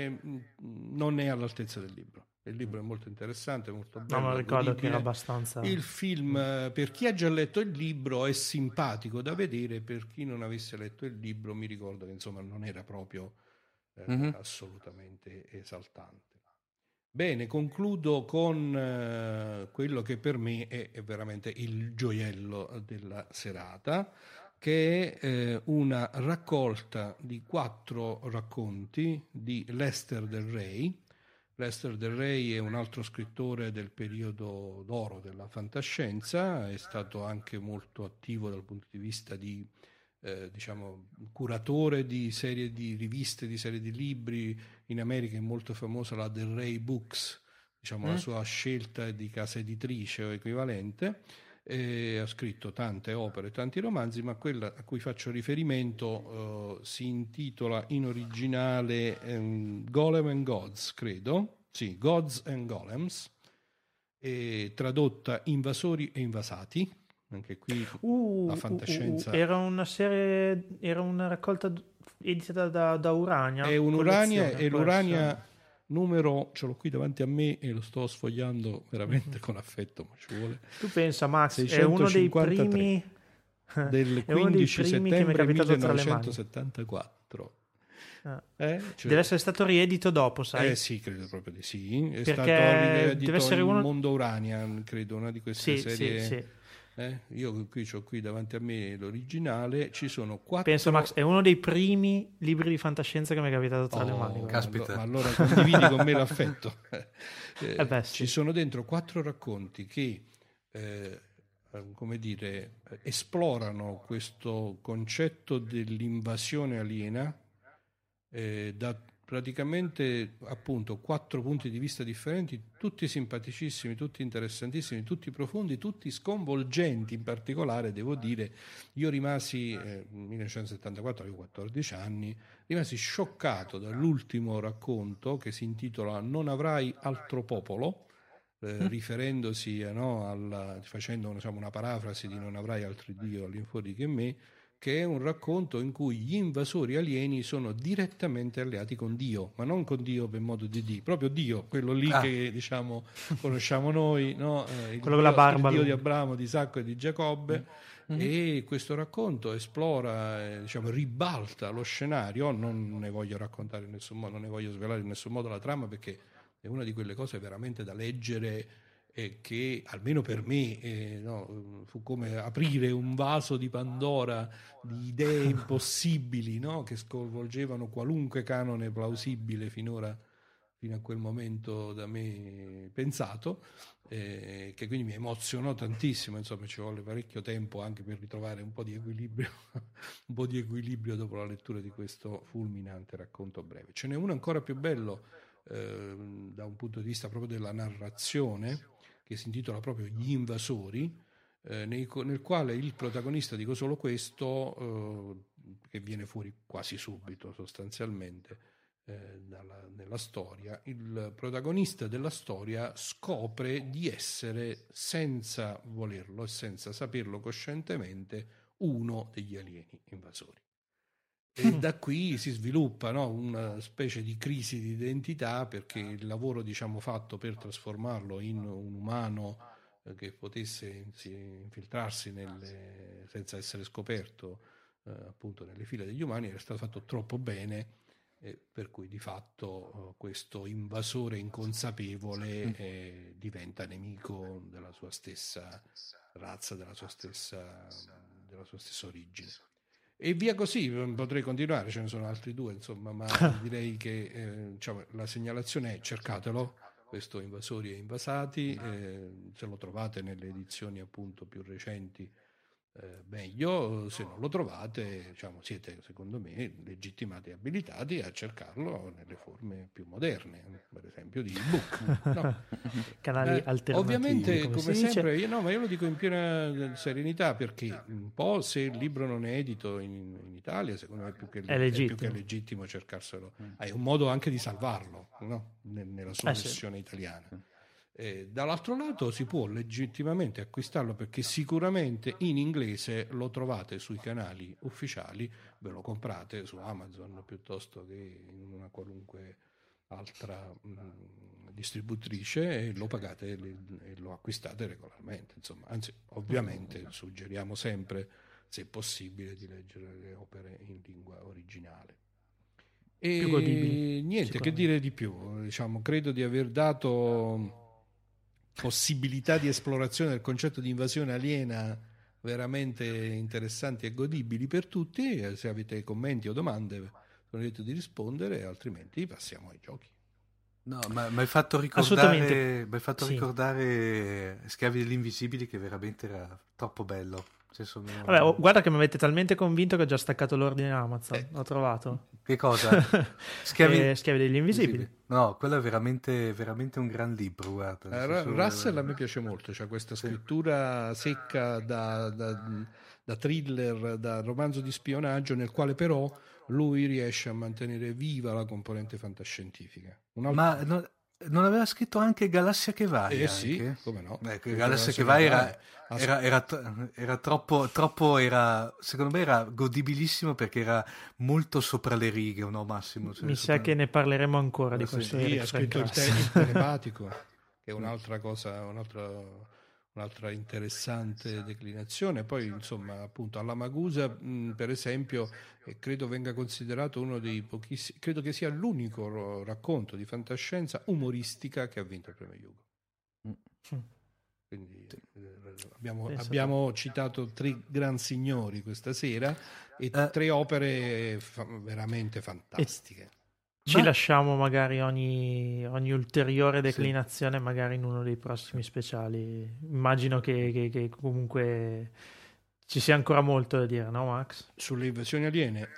non è all'altezza del libro. Il libro è molto interessante, molto bello. No, ma ricordo che era abbastanza. Il film, per chi ha già letto il libro, è simpatico da vedere. Per chi non avesse letto il libro, mi ricordo che insomma non era proprio assolutamente esaltante. Bene, concludo con quello che per me è veramente il gioiello della serata, che è una raccolta di 4 racconti di Lester Del Rey. Lester Del Rey è un altro scrittore del periodo d'oro della fantascienza, è stato anche molto attivo dal punto di vista di diciamo curatore di serie di riviste, di serie di libri. In America è molto famosa la Del Rey Books, diciamo la sua scelta di casa editrice o equivalente. Ha scritto tante opere, tanti romanzi, ma quella a cui faccio riferimento si intitola in originale Golem and Gods, credo, sì, Gods and Golems, tradotta Invasori e Invasati, Anche qui la fantascienza era una serie, era una raccolta editata da Urania. È un Urania, e l'Urania numero, ce l'ho qui davanti a me e lo sto sfogliando veramente con affetto, ma ci vuole. Tu pensa, Max, 653, è uno dei primi del è uno dei 15 primi che mi è settembre capitato tra le mani. 1974. Cioè, deve essere stato riedito dopo, sai? Sì, credo proprio di sì. È perché stato riedito deve essere in uno... Mondo Urania, credo, una di queste serie. Sì. Io ho qui davanti a me l'originale, ci sono 4. Penso, Max, è uno dei primi libri di fantascienza che mi è capitato tra le mani. Caspita. Ma allora condividi con me l'affetto. Sì. Ci sono dentro 4 racconti che come dire, esplorano questo concetto dell'invasione aliena da praticamente appunto 4 punti di vista differenti, tutti simpaticissimi, tutti interessantissimi, tutti profondi, tutti sconvolgenti. In particolare devo dire, io rimasi nel 1974, avevo 14 anni, rimasi scioccato dall'ultimo racconto che si intitola Non avrai altro popolo, riferendosi facendo una parafrasi di Non avrai altri Dio all'infuori che me, che è un racconto in cui gli invasori alieni sono direttamente alleati con Dio, ma non con Dio per modo di Dio, proprio Dio, quello lì che conosciamo noi, no? Quello con la barba, il Dio di Abramo, di Isacco e di Giacobbe. E questo racconto esplora, ribalta lo scenario. Non ne voglio raccontare in nessun modo, non ne voglio svelare in nessun modo la trama, perché è una di quelle cose veramente da leggere che almeno per me fu come aprire un vaso di Pandora di idee impossibili, no? Che sconvolgevano qualunque canone plausibile fino a quel momento da me pensato, che quindi mi emozionò tantissimo. Insomma, ci volle parecchio tempo anche per ritrovare un po' di equilibrio dopo la lettura di questo fulminante racconto breve. Ce n'è uno ancora più bello da un punto di vista proprio della narrazione, che si intitola proprio Gli invasori, nel quale il protagonista, dico solo questo, che viene fuori quasi subito sostanzialmente nella storia, il protagonista della storia scopre di essere, senza volerlo e senza saperlo coscientemente, uno degli alieni invasori. E da qui si sviluppa una specie di crisi di identità, perché il lavoro fatto per trasformarlo in un umano che potesse infiltrarsi senza essere scoperto appunto nelle file degli umani era stato fatto troppo bene, per cui di fatto questo invasore inconsapevole diventa nemico della sua stessa razza, della sua stessa origine. E via così, potrei continuare, ce ne sono altri 2, insomma, ma direi che la segnalazione è: cercatelo, questo Invasori e Invasati, se lo trovate nelle edizioni appunto più recenti meglio, se non lo trovate siete, secondo me, legittimati e abilitati a cercarlo nelle forme più moderne, per esempio di ebook, no? Canali alternativi, ovviamente, come sempre, io lo dico in piena serenità, perché un po', se il libro non è edito in Italia, secondo me è più che legittimo cercarselo. È un modo anche di salvarlo, no? Nella sua versione italiana. Dall'altro lato si può legittimamente acquistarlo, perché sicuramente in inglese lo trovate sui canali ufficiali, ve lo comprate su Amazon piuttosto che in una qualunque altra distributrice, e lo pagate e lo acquistate regolarmente. Insomma, anzi, ovviamente suggeriamo sempre, se possibile, di leggere le opere in lingua originale. E più godibili, niente, che dire di più? Credo di aver dato possibilità di esplorazione del concetto di invasione aliena veramente interessanti e godibili per tutti. Se avete commenti o domande sono lieto di rispondere, altrimenti passiamo ai giochi. No, ma mi hai fatto ricordare Schiavi degli Invisibili, che veramente era troppo bello. Vabbè, guarda che mi avete talmente convinto che ho già staccato l'ordine Amazon. L'ho trovato. Che cosa? Schiavi degli Invisibili. No, quello è veramente, veramente un gran libro, guarda. Russell a me piace molto, c'ha questa scrittura secca da thriller, da romanzo di spionaggio, nel quale però lui riesce a mantenere viva la componente fantascientifica. Non aveva scritto anche Galassia che vai? Sì, anche? Come no? Galassia che vai era troppo, secondo me era godibilissimo perché era molto sopra le righe, no Massimo? Mi sa che ne parleremo ancora di questo. Sì, ha scritto il telepatico, che è un'altra cosa, un'altra interessante declinazione. Poi insomma appunto alla Magusa per esempio credo venga considerato uno dei pochissimi, credo che sia l'unico racconto di fantascienza umoristica che ha vinto il premio Hugo. Quindi abbiamo citato 3 gran signori questa sera e 3 opere veramente fantastiche. Ci lasciamo magari ogni ulteriore declinazione magari in uno dei prossimi speciali. Immagino che comunque ci sia ancora molto da dire, no Max? Sulle invasioni aliene.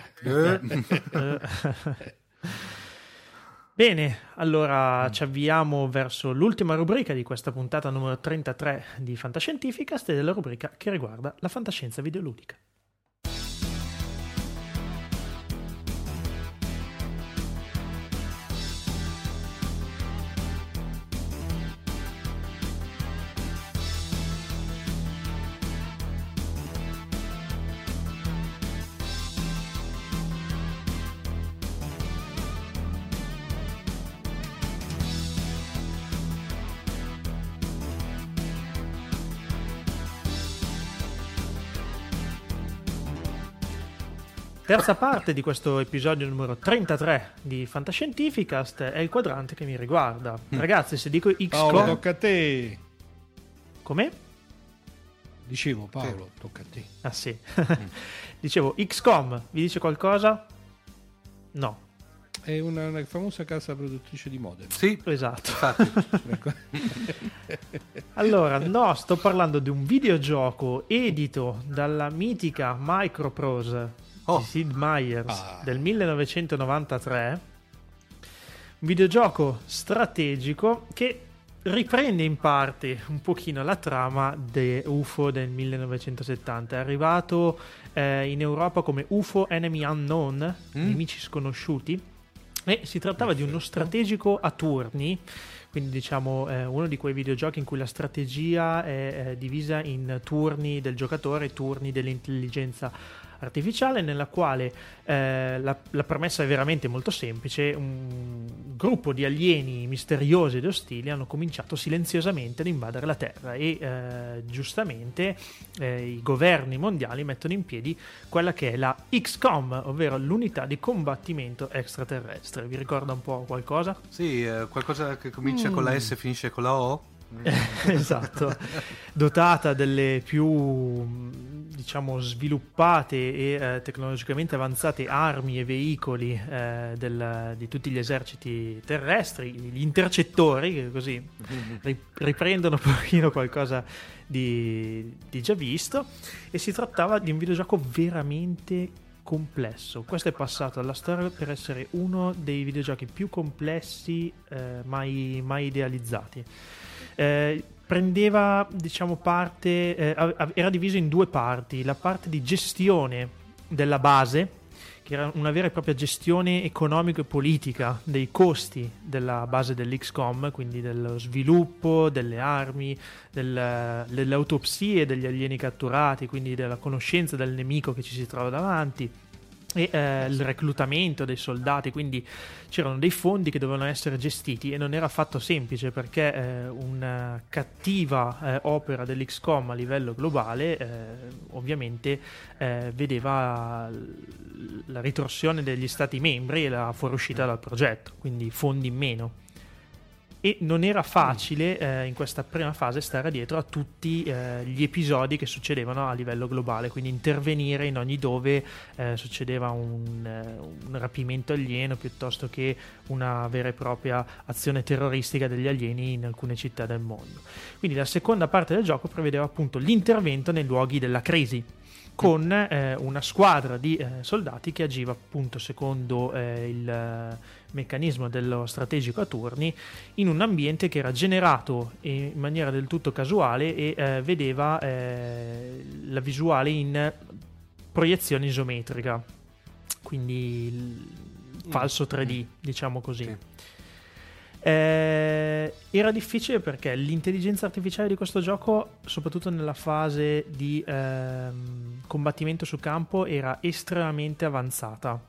Bene, allora ci avviamo verso l'ultima rubrica di questa puntata numero 33 di Fantascientificast, ed è la rubrica che riguarda la fantascienza videoludica. Terza parte di questo episodio numero 33 di Fantascientificast è il quadrante che mi riguarda. Ragazzi, se dico XCOM... Paolo, tocca a te. Come? Dicevo, Paolo, tocca a te. Ah sì. Dicevo, XCOM, vi dice qualcosa? No. È una famosa casa produttrice di modem. Sì, esatto. Infatti. Allora, no, sto parlando di un videogioco edito dalla mitica Microprose di Sid Meier's del 1993, un videogioco strategico che riprende in parte un pochino la trama di UFO del 1970. È arrivato in Europa come UFO Enemy Unknown, nemici sconosciuti, e si trattava di uno strategico a turni, quindi diciamo uno di quei videogiochi in cui la strategia è divisa in turni del giocatore e turni dell'intelligenza artificiale, nella quale la premessa è veramente molto semplice. Un gruppo di alieni misteriosi ed ostili hanno cominciato silenziosamente ad invadere la Terra e giustamente i governi mondiali mettono in piedi quella che è la XCOM, ovvero l'unità di combattimento extraterrestre. Vi ricorda un po' qualcosa? Sì, qualcosa che comincia con la S e finisce con la O. Esatto, dotata delle più diciamo sviluppate e tecnologicamente avanzate armi e veicoli di tutti gli eserciti terrestri, gli intercettori, che così riprendono un pochino qualcosa di già visto, e si trattava di un videogioco veramente complesso. Questo è passato alla storia per essere uno dei videogiochi più complessi mai idealizzati. Prendeva diciamo parte, era diviso in 2 parti: la parte di gestione della base, che era una vera e propria gestione economica e politica dei costi della base dell'XCOM, quindi dello sviluppo delle armi, delle autopsie degli alieni catturati, quindi della conoscenza del nemico che ci si trova davanti, e il reclutamento dei soldati. Quindi c'erano dei fondi che dovevano essere gestiti e non era affatto semplice, perché una cattiva opera dell'XCOM a livello globale ovviamente vedeva la ritorsione degli stati membri e la fuoriuscita dal progetto, quindi fondi in meno. E non era facile in questa prima fase stare dietro a tutti gli episodi che succedevano a livello globale, quindi intervenire in ogni dove succedeva un rapimento alieno, piuttosto che una vera e propria azione terroristica degli alieni in alcune città del mondo. Quindi la seconda parte del gioco prevedeva appunto l'intervento nei luoghi della crisi, con una squadra di soldati che agiva appunto secondo il meccanismo dello strategico a turni, in un ambiente che era generato in maniera del tutto casuale e vedeva la visuale in proiezione isometrica, quindi il falso 3D, diciamo così. Sì. Era difficile perché l'intelligenza artificiale di questo gioco, soprattutto nella fase di combattimento sul campo, era estremamente avanzata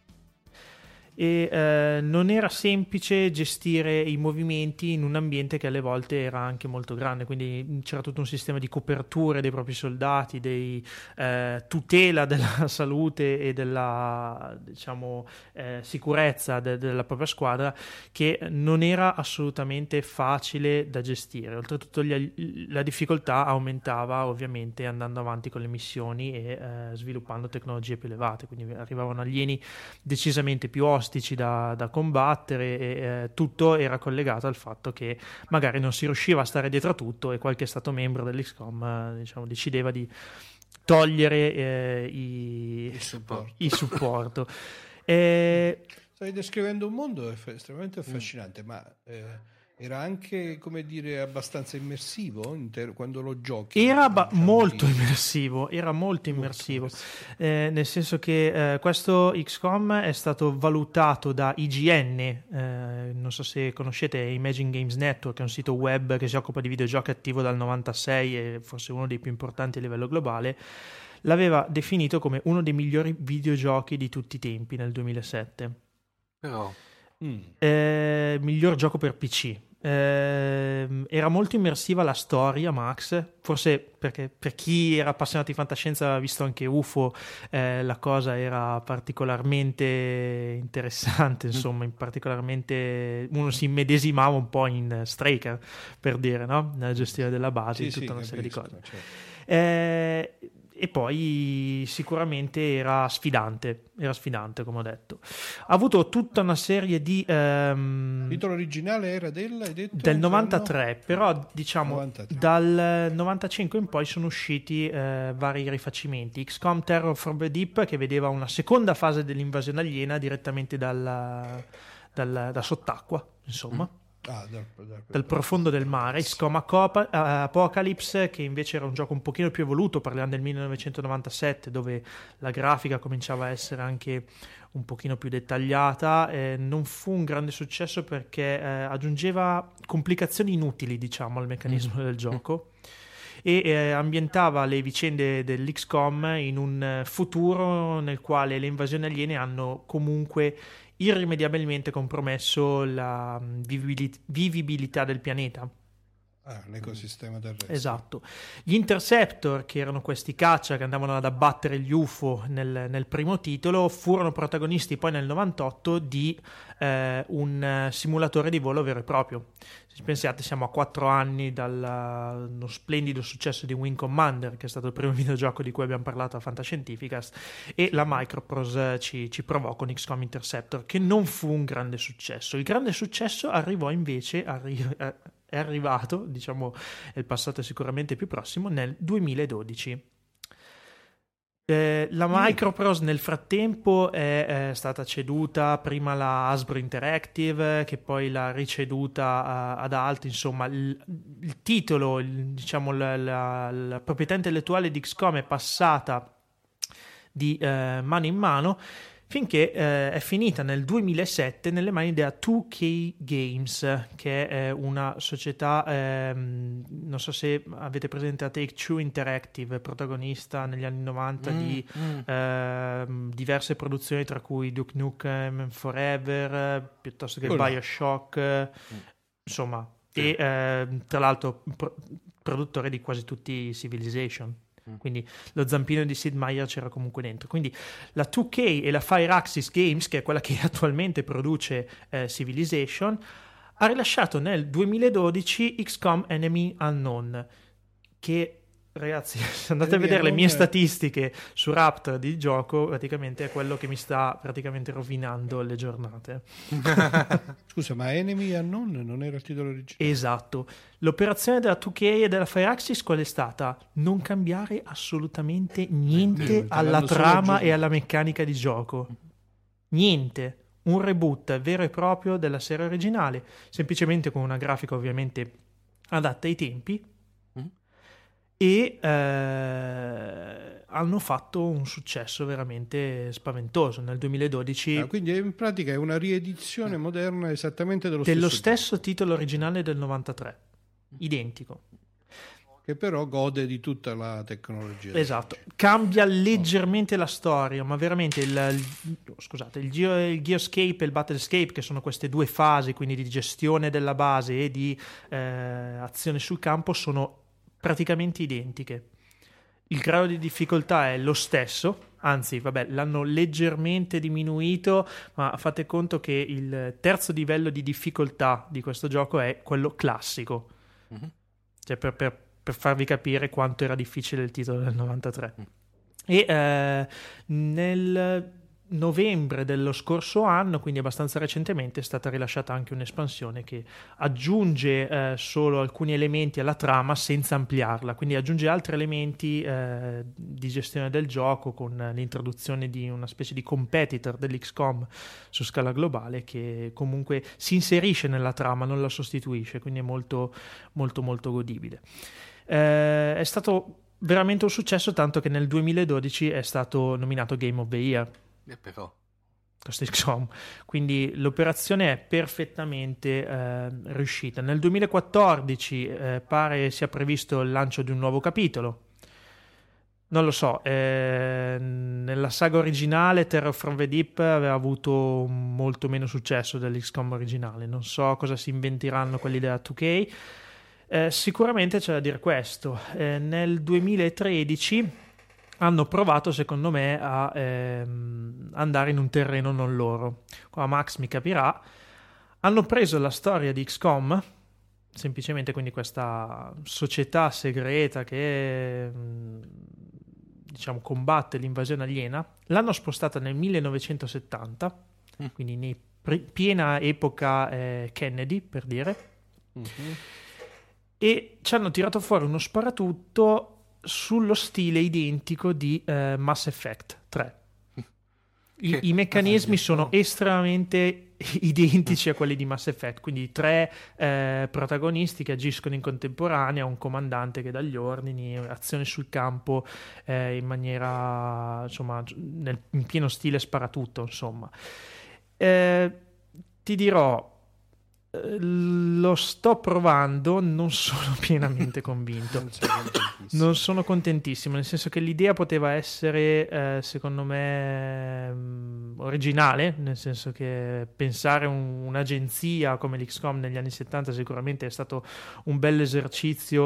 e non era semplice gestire i movimenti in un ambiente che alle volte era anche molto grande, quindi c'era tutto un sistema di coperture dei propri soldati, di tutela della salute e della, diciamo, sicurezza della propria squadra, che non era assolutamente facile da gestire. Oltretutto la difficoltà aumentava ovviamente andando avanti con le missioni e sviluppando tecnologie più elevate, quindi arrivavano alieni decisamente più da combattere e tutto era collegato al fatto che magari non si riusciva a stare dietro a tutto e qualche stato membro dell'XCOM diciamo, decideva di togliere il supporto. Stai descrivendo un mondo estremamente affascinante, ma era anche, come dire, abbastanza immersivo quando lo giochi. Era molto immersivo, nel senso che questo XCOM è stato valutato da IGN, non so se conoscete Imagine Games Network, è un sito web che si occupa di videogiochi, attivo dal 96 e forse uno dei più importanti a livello globale. L'aveva definito come uno dei migliori videogiochi di tutti i tempi nel 2007. Però miglior gioco per PC. Era molto immersiva la storia, Max, forse perché per chi era appassionato di fantascienza aveva visto anche UFO, la cosa era particolarmente interessante, insomma, particolarmente uno si immedesimava un po' in Straker, per dire, no? Nella gestione della base, tutta una serie di cose. Certo. E poi sicuramente era sfidante, come ho detto. Ha avuto tutta una serie di il titolo originale era del 93, però diciamo 93. Dal 95 in poi sono usciti vari rifacimenti. XCOM Terror from the Deep, che vedeva una seconda fase dell'invasione aliena direttamente da sott'acqua, insomma. Dal profondo del mare. XCOM Apocalypse, che invece era un gioco un pochino più evoluto, parliamo del 1997, dove la grafica cominciava a essere anche un pochino più dettagliata. Non fu un grande successo perché aggiungeva complicazioni inutili, diciamo, al meccanismo del gioco e ambientava le vicende dell'XCOM in un futuro nel quale le invasioni aliene hanno comunque irrimediabilmente compromesso la vivibilità del pianeta. L'ecosistema terrestre. Esatto. Gli Interceptor, che erano questi caccia che andavano ad abbattere gli UFO nel primo titolo, furono protagonisti poi nel 98 di un simulatore di volo vero e proprio. Se pensate, siamo a 4 anni dallo splendido successo di Wing Commander, che è stato il primo videogioco di cui abbiamo parlato a Fantascientificast, e la Microprose ci provò con XCOM Interceptor, che non fu un grande successo. Il grande successo arrivò invece è arrivato, diciamo, il passato è sicuramente più prossimo, nel 2012. La Microprose nel frattempo è stata ceduta prima alla Hasbro Interactive, che poi l'ha riceduta ad altri. Insomma, il titolo, diciamo, la proprietà intellettuale di XCOM è passata di mano in mano, finché è finita nel 2007 nelle mani della 2K Games, che è una società, non so se avete presente la Take-Two Interactive, protagonista negli anni 90 di diverse produzioni, tra cui Duke Nukem Forever, piuttosto che Bioshock, insomma, e tra l'altro produttore di quasi tutti i Civilization. Quindi lo zampino di Sid Meier c'era comunque dentro. Quindi la 2K e la Firaxis Games, che è quella che attualmente produce Civilization, ha rilasciato nel 2012 XCOM Enemy Unknown, che, ragazzi, se andate a vedere le mie statistiche su Raptor di gioco, praticamente è quello che mi sta praticamente rovinando le giornate. Scusa, ma Enemy Unknown non era il titolo originale? Esatto. L'operazione della 2K e della Firaxis qual è stata? Non cambiare assolutamente niente alla trama e alla meccanica di gioco. Niente. Un reboot vero e proprio della serie originale, semplicemente con una grafica ovviamente adatta ai tempi. e hanno fatto un successo veramente spaventoso nel 2012. Quindi in pratica è una riedizione moderna esattamente dello stesso titolo originale del 93, identico. Che però gode di tutta la tecnologia. Esatto, cambia leggermente la storia, ma veramente il Geoscape e il Battlescape, che sono queste due fasi, quindi di gestione della base e di azione sul campo, sono praticamente identiche. Il grado di difficoltà è lo stesso, anzi, vabbè, l'hanno leggermente diminuito, ma fate conto che il terzo livello di difficoltà di questo gioco è quello classico. Cioè per farvi capire quanto era difficile il titolo del 93. E nel novembre dello scorso anno, quindi abbastanza recentemente, è stata rilasciata anche un'espansione che aggiunge solo alcuni elementi alla trama senza ampliarla, quindi aggiunge altri elementi di gestione del gioco, con l'introduzione di una specie di competitor dell'XCOM su scala globale, che comunque si inserisce nella trama, non la sostituisce, quindi è molto molto molto godibile. È stato veramente un successo, tanto che nel 2012 è stato nominato Game of the Year. Però Questo XCOM, quindi l'operazione è perfettamente riuscita. Nel 2014 pare sia previsto il lancio di un nuovo capitolo. Non lo so, nella saga originale Terror from the Deep aveva avuto molto meno successo dell'XCOM originale. Non so cosa si inventeranno quelli della 2K. Sicuramente c'è da dire questo. Nel 2013 hanno provato, secondo me, a andare in un terreno non loro. Qua Max mi capirà. Hanno preso la storia di XCOM, semplicemente, quindi questa società segreta che diciamo combatte l'invasione aliena, l'hanno spostata nel 1970, quindi in piena epoca Kennedy, per dire, e ci hanno tirato fuori uno sparatutto sullo stile identico di Mass Effect 3. I meccanismi sono estremamente identici a quelli di Mass Effect, quindi 3 protagonisti che agiscono in contemporanea, un comandante che dà gli ordini, azione sul campo in maniera, insomma, in pieno stile sparatutto, insomma. Ti dirò, lo sto provando, non sono pienamente convinto, non sono contentissimo, nel senso che l'idea poteva essere secondo me originale, nel senso che pensare un'agenzia come l'XCOM negli anni 70 sicuramente è stato un bel esercizio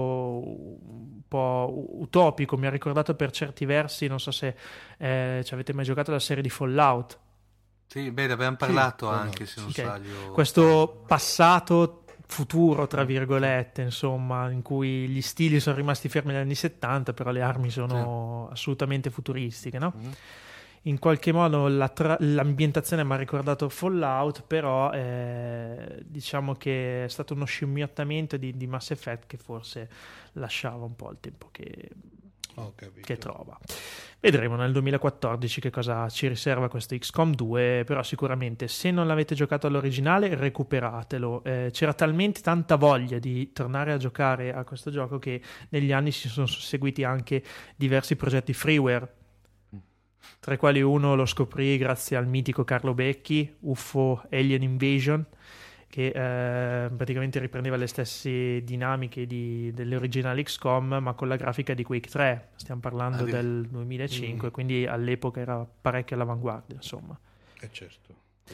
un po' utopico. Mi ha ricordato per certi versi, non so se ci avete mai giocato la serie di Fallout. Sì, beh, abbiamo parlato anche, se non sbaglio. Questo passato futuro, tra virgolette, insomma, in cui gli stili sono rimasti fermi negli anni 70, però le armi sono assolutamente futuristiche, no? In qualche modo l'ambientazione mi ha ricordato Fallout, però diciamo che è stato uno scimmiottamento di Mass Effect che forse lasciava un po' il tempo che trova. Vedremo nel 2014 che cosa ci riserva questo XCOM 2, però sicuramente se non l'avete giocato all'originale recuperatelo. C'era talmente tanta voglia di tornare a giocare a questo gioco che negli anni si sono susseguiti anche diversi progetti freeware, tra i quali uno lo scoprì grazie al mitico Carlo Becchi, UFO Alien Invasion, che praticamente riprendeva le stesse dinamiche delle originali XCOM, ma con la grafica di Quake 3. Stiamo parlando del 2005, quindi all'epoca era parecchio all'avanguardia, insomma. Certo.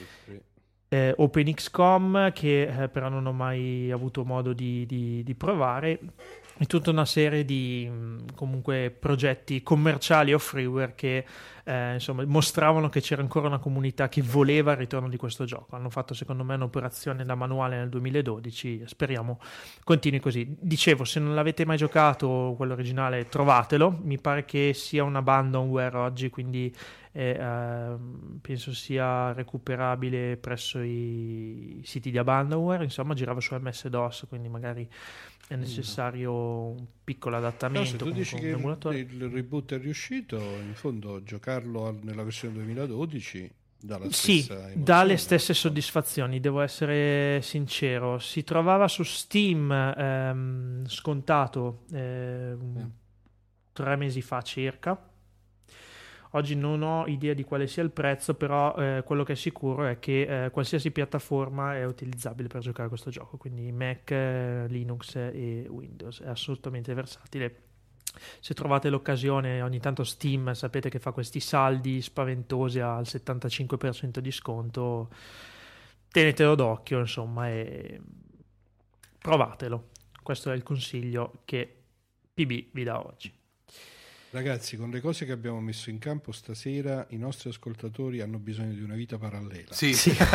Open XCOM, che però non ho mai avuto modo di provare, e tutta una serie di comunque progetti commerciali o freeware che insomma mostravano che c'era ancora una comunità che voleva il ritorno di questo gioco. Hanno fatto secondo me un'operazione da manuale nel 2012, speriamo continui così. Dicevo, se non l'avete mai giocato quello originale, trovatelo. Mi pare che sia un abandonware oggi, quindi penso sia recuperabile presso i siti di abandonware. Insomma, girava su MS-DOS, quindi magari è necessario un piccolo adattamento. Se tu dici che il reboot è riuscito, in fondo giocarlo nella versione 2012 dà le stesse soddisfazioni, devo essere sincero. Si trovava su Steam scontato 3 mesi fa circa. Oggi non ho idea di quale sia il prezzo, però quello che è sicuro è che qualsiasi piattaforma è utilizzabile per giocare a questo gioco, quindi Mac, Linux e Windows. È assolutamente versatile. Se trovate l'occasione, ogni tanto Steam sapete che fa questi saldi spaventosi al 75% di sconto, tenetelo d'occhio, insomma, e provatelo. Questo è il consiglio che PB vi dà oggi. Ragazzi, con le cose che abbiamo messo in campo stasera, i nostri ascoltatori hanno bisogno di una vita parallela. Sì.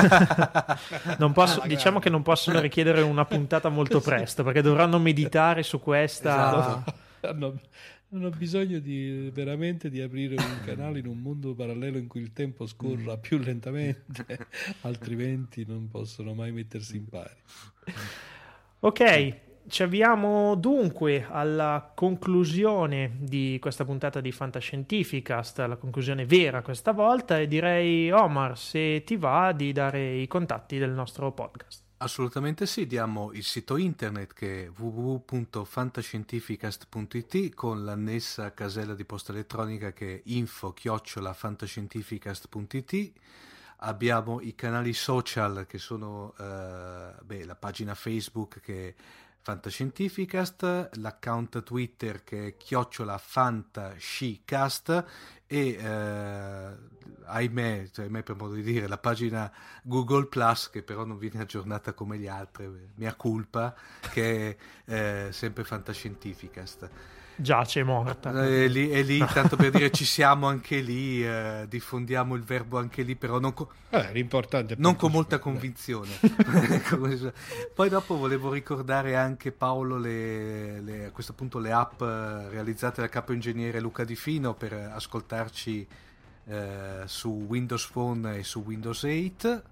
Diciamo che non possono richiedere una puntata molto presto, perché dovranno meditare su questa. Esatto. Hanno bisogno veramente di aprire un canale in un mondo parallelo in cui il tempo scorra più lentamente, altrimenti non possono mai mettersi in pari. Ok. Ci avviamo dunque alla conclusione di questa puntata di Fantascientificast, la conclusione vera questa volta, e direi, Omar, se ti va di dare i contatti del nostro podcast. Assolutamente sì, diamo il sito internet che è www.fantascientificast.it con l'annessa casella di posta elettronica che è info@fantascientificast.it. Abbiamo i canali social che sono la pagina Facebook che è Fantascientificast, l'account Twitter che è @fantascicast e ahimè per modo di dire, la pagina Google Plus che però non viene aggiornata come le altre, mia colpa, che è sempre Fantascientificast. Giace morta. È lì tanto per dire ci siamo anche lì, diffondiamo il verbo anche lì, però non l'importante è non con molta convinzione. Poi dopo volevo ricordare anche Paolo a questo punto le app realizzate dal capo ingegnere Luca Di Fino per ascoltarci su Windows Phone e su Windows 8.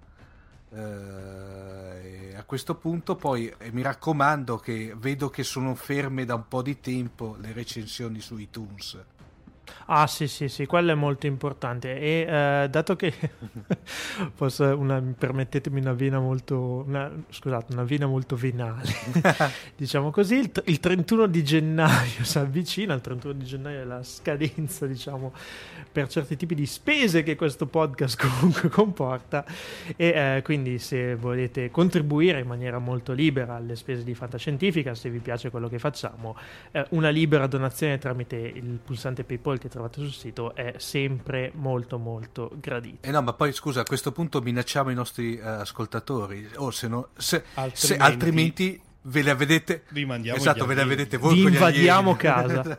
E a questo punto poi mi raccomando, che vedo che sono ferme da un po' di tempo le recensioni su iTunes. Ah sì, quello è molto importante, e dato che permettetemi una vena molto venale diciamo così, il 31 di gennaio si avvicina, il 31 di gennaio è la scadenza, diciamo, per certi tipi di spese che questo podcast comunque comporta, e quindi se volete contribuire in maniera molto libera alle spese di Fantascientifica, se vi piace quello che facciamo, una libera donazione tramite il pulsante PayPal che trovate sul sito è sempre molto molto gradito. No, ma poi scusa, a questo punto minacciamo i nostri ascoltatori, o se altrimenti ve la vedete, vi mandiamo, esatto, ve la vedete voi, vi invadiamo casa.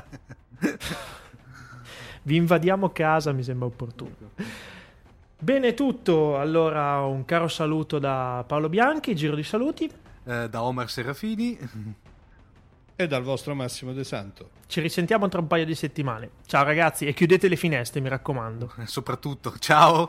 Vi invadiamo casa, mi sembra opportuno. Bene, tutto. Allora, un caro saluto da Paolo Bianchi, giro di saluti, da Omar Serafini e dal vostro Massimo De Santo. Ci risentiamo tra un paio di settimane. Ciao ragazzi, e chiudete le finestre, mi raccomando. Soprattutto, ciao.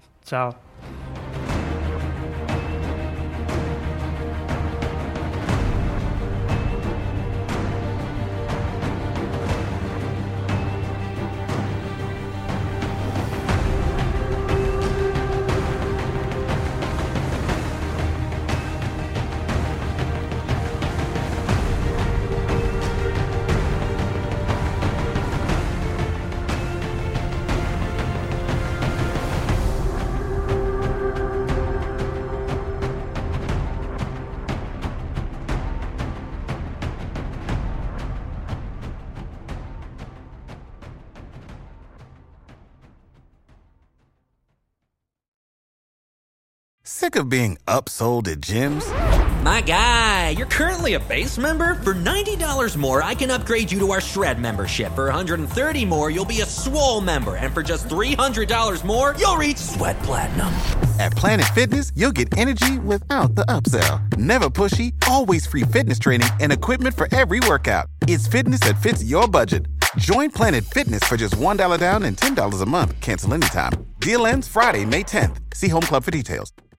Sick of being upsold at gyms? My guy, you're currently a base member? For $90 more, I can upgrade you to our Shred membership. For $130 more, you'll be a Swole member. And for just $300 more, you'll reach Sweat Platinum. At Planet Fitness, you'll get energy without the upsell. Never pushy, always free fitness training and equipment for every workout. It's fitness that fits your budget. Join Planet Fitness for just $1 down and $10 a month. Cancel anytime. Deal ends Friday, May 10th. See Home Club for details.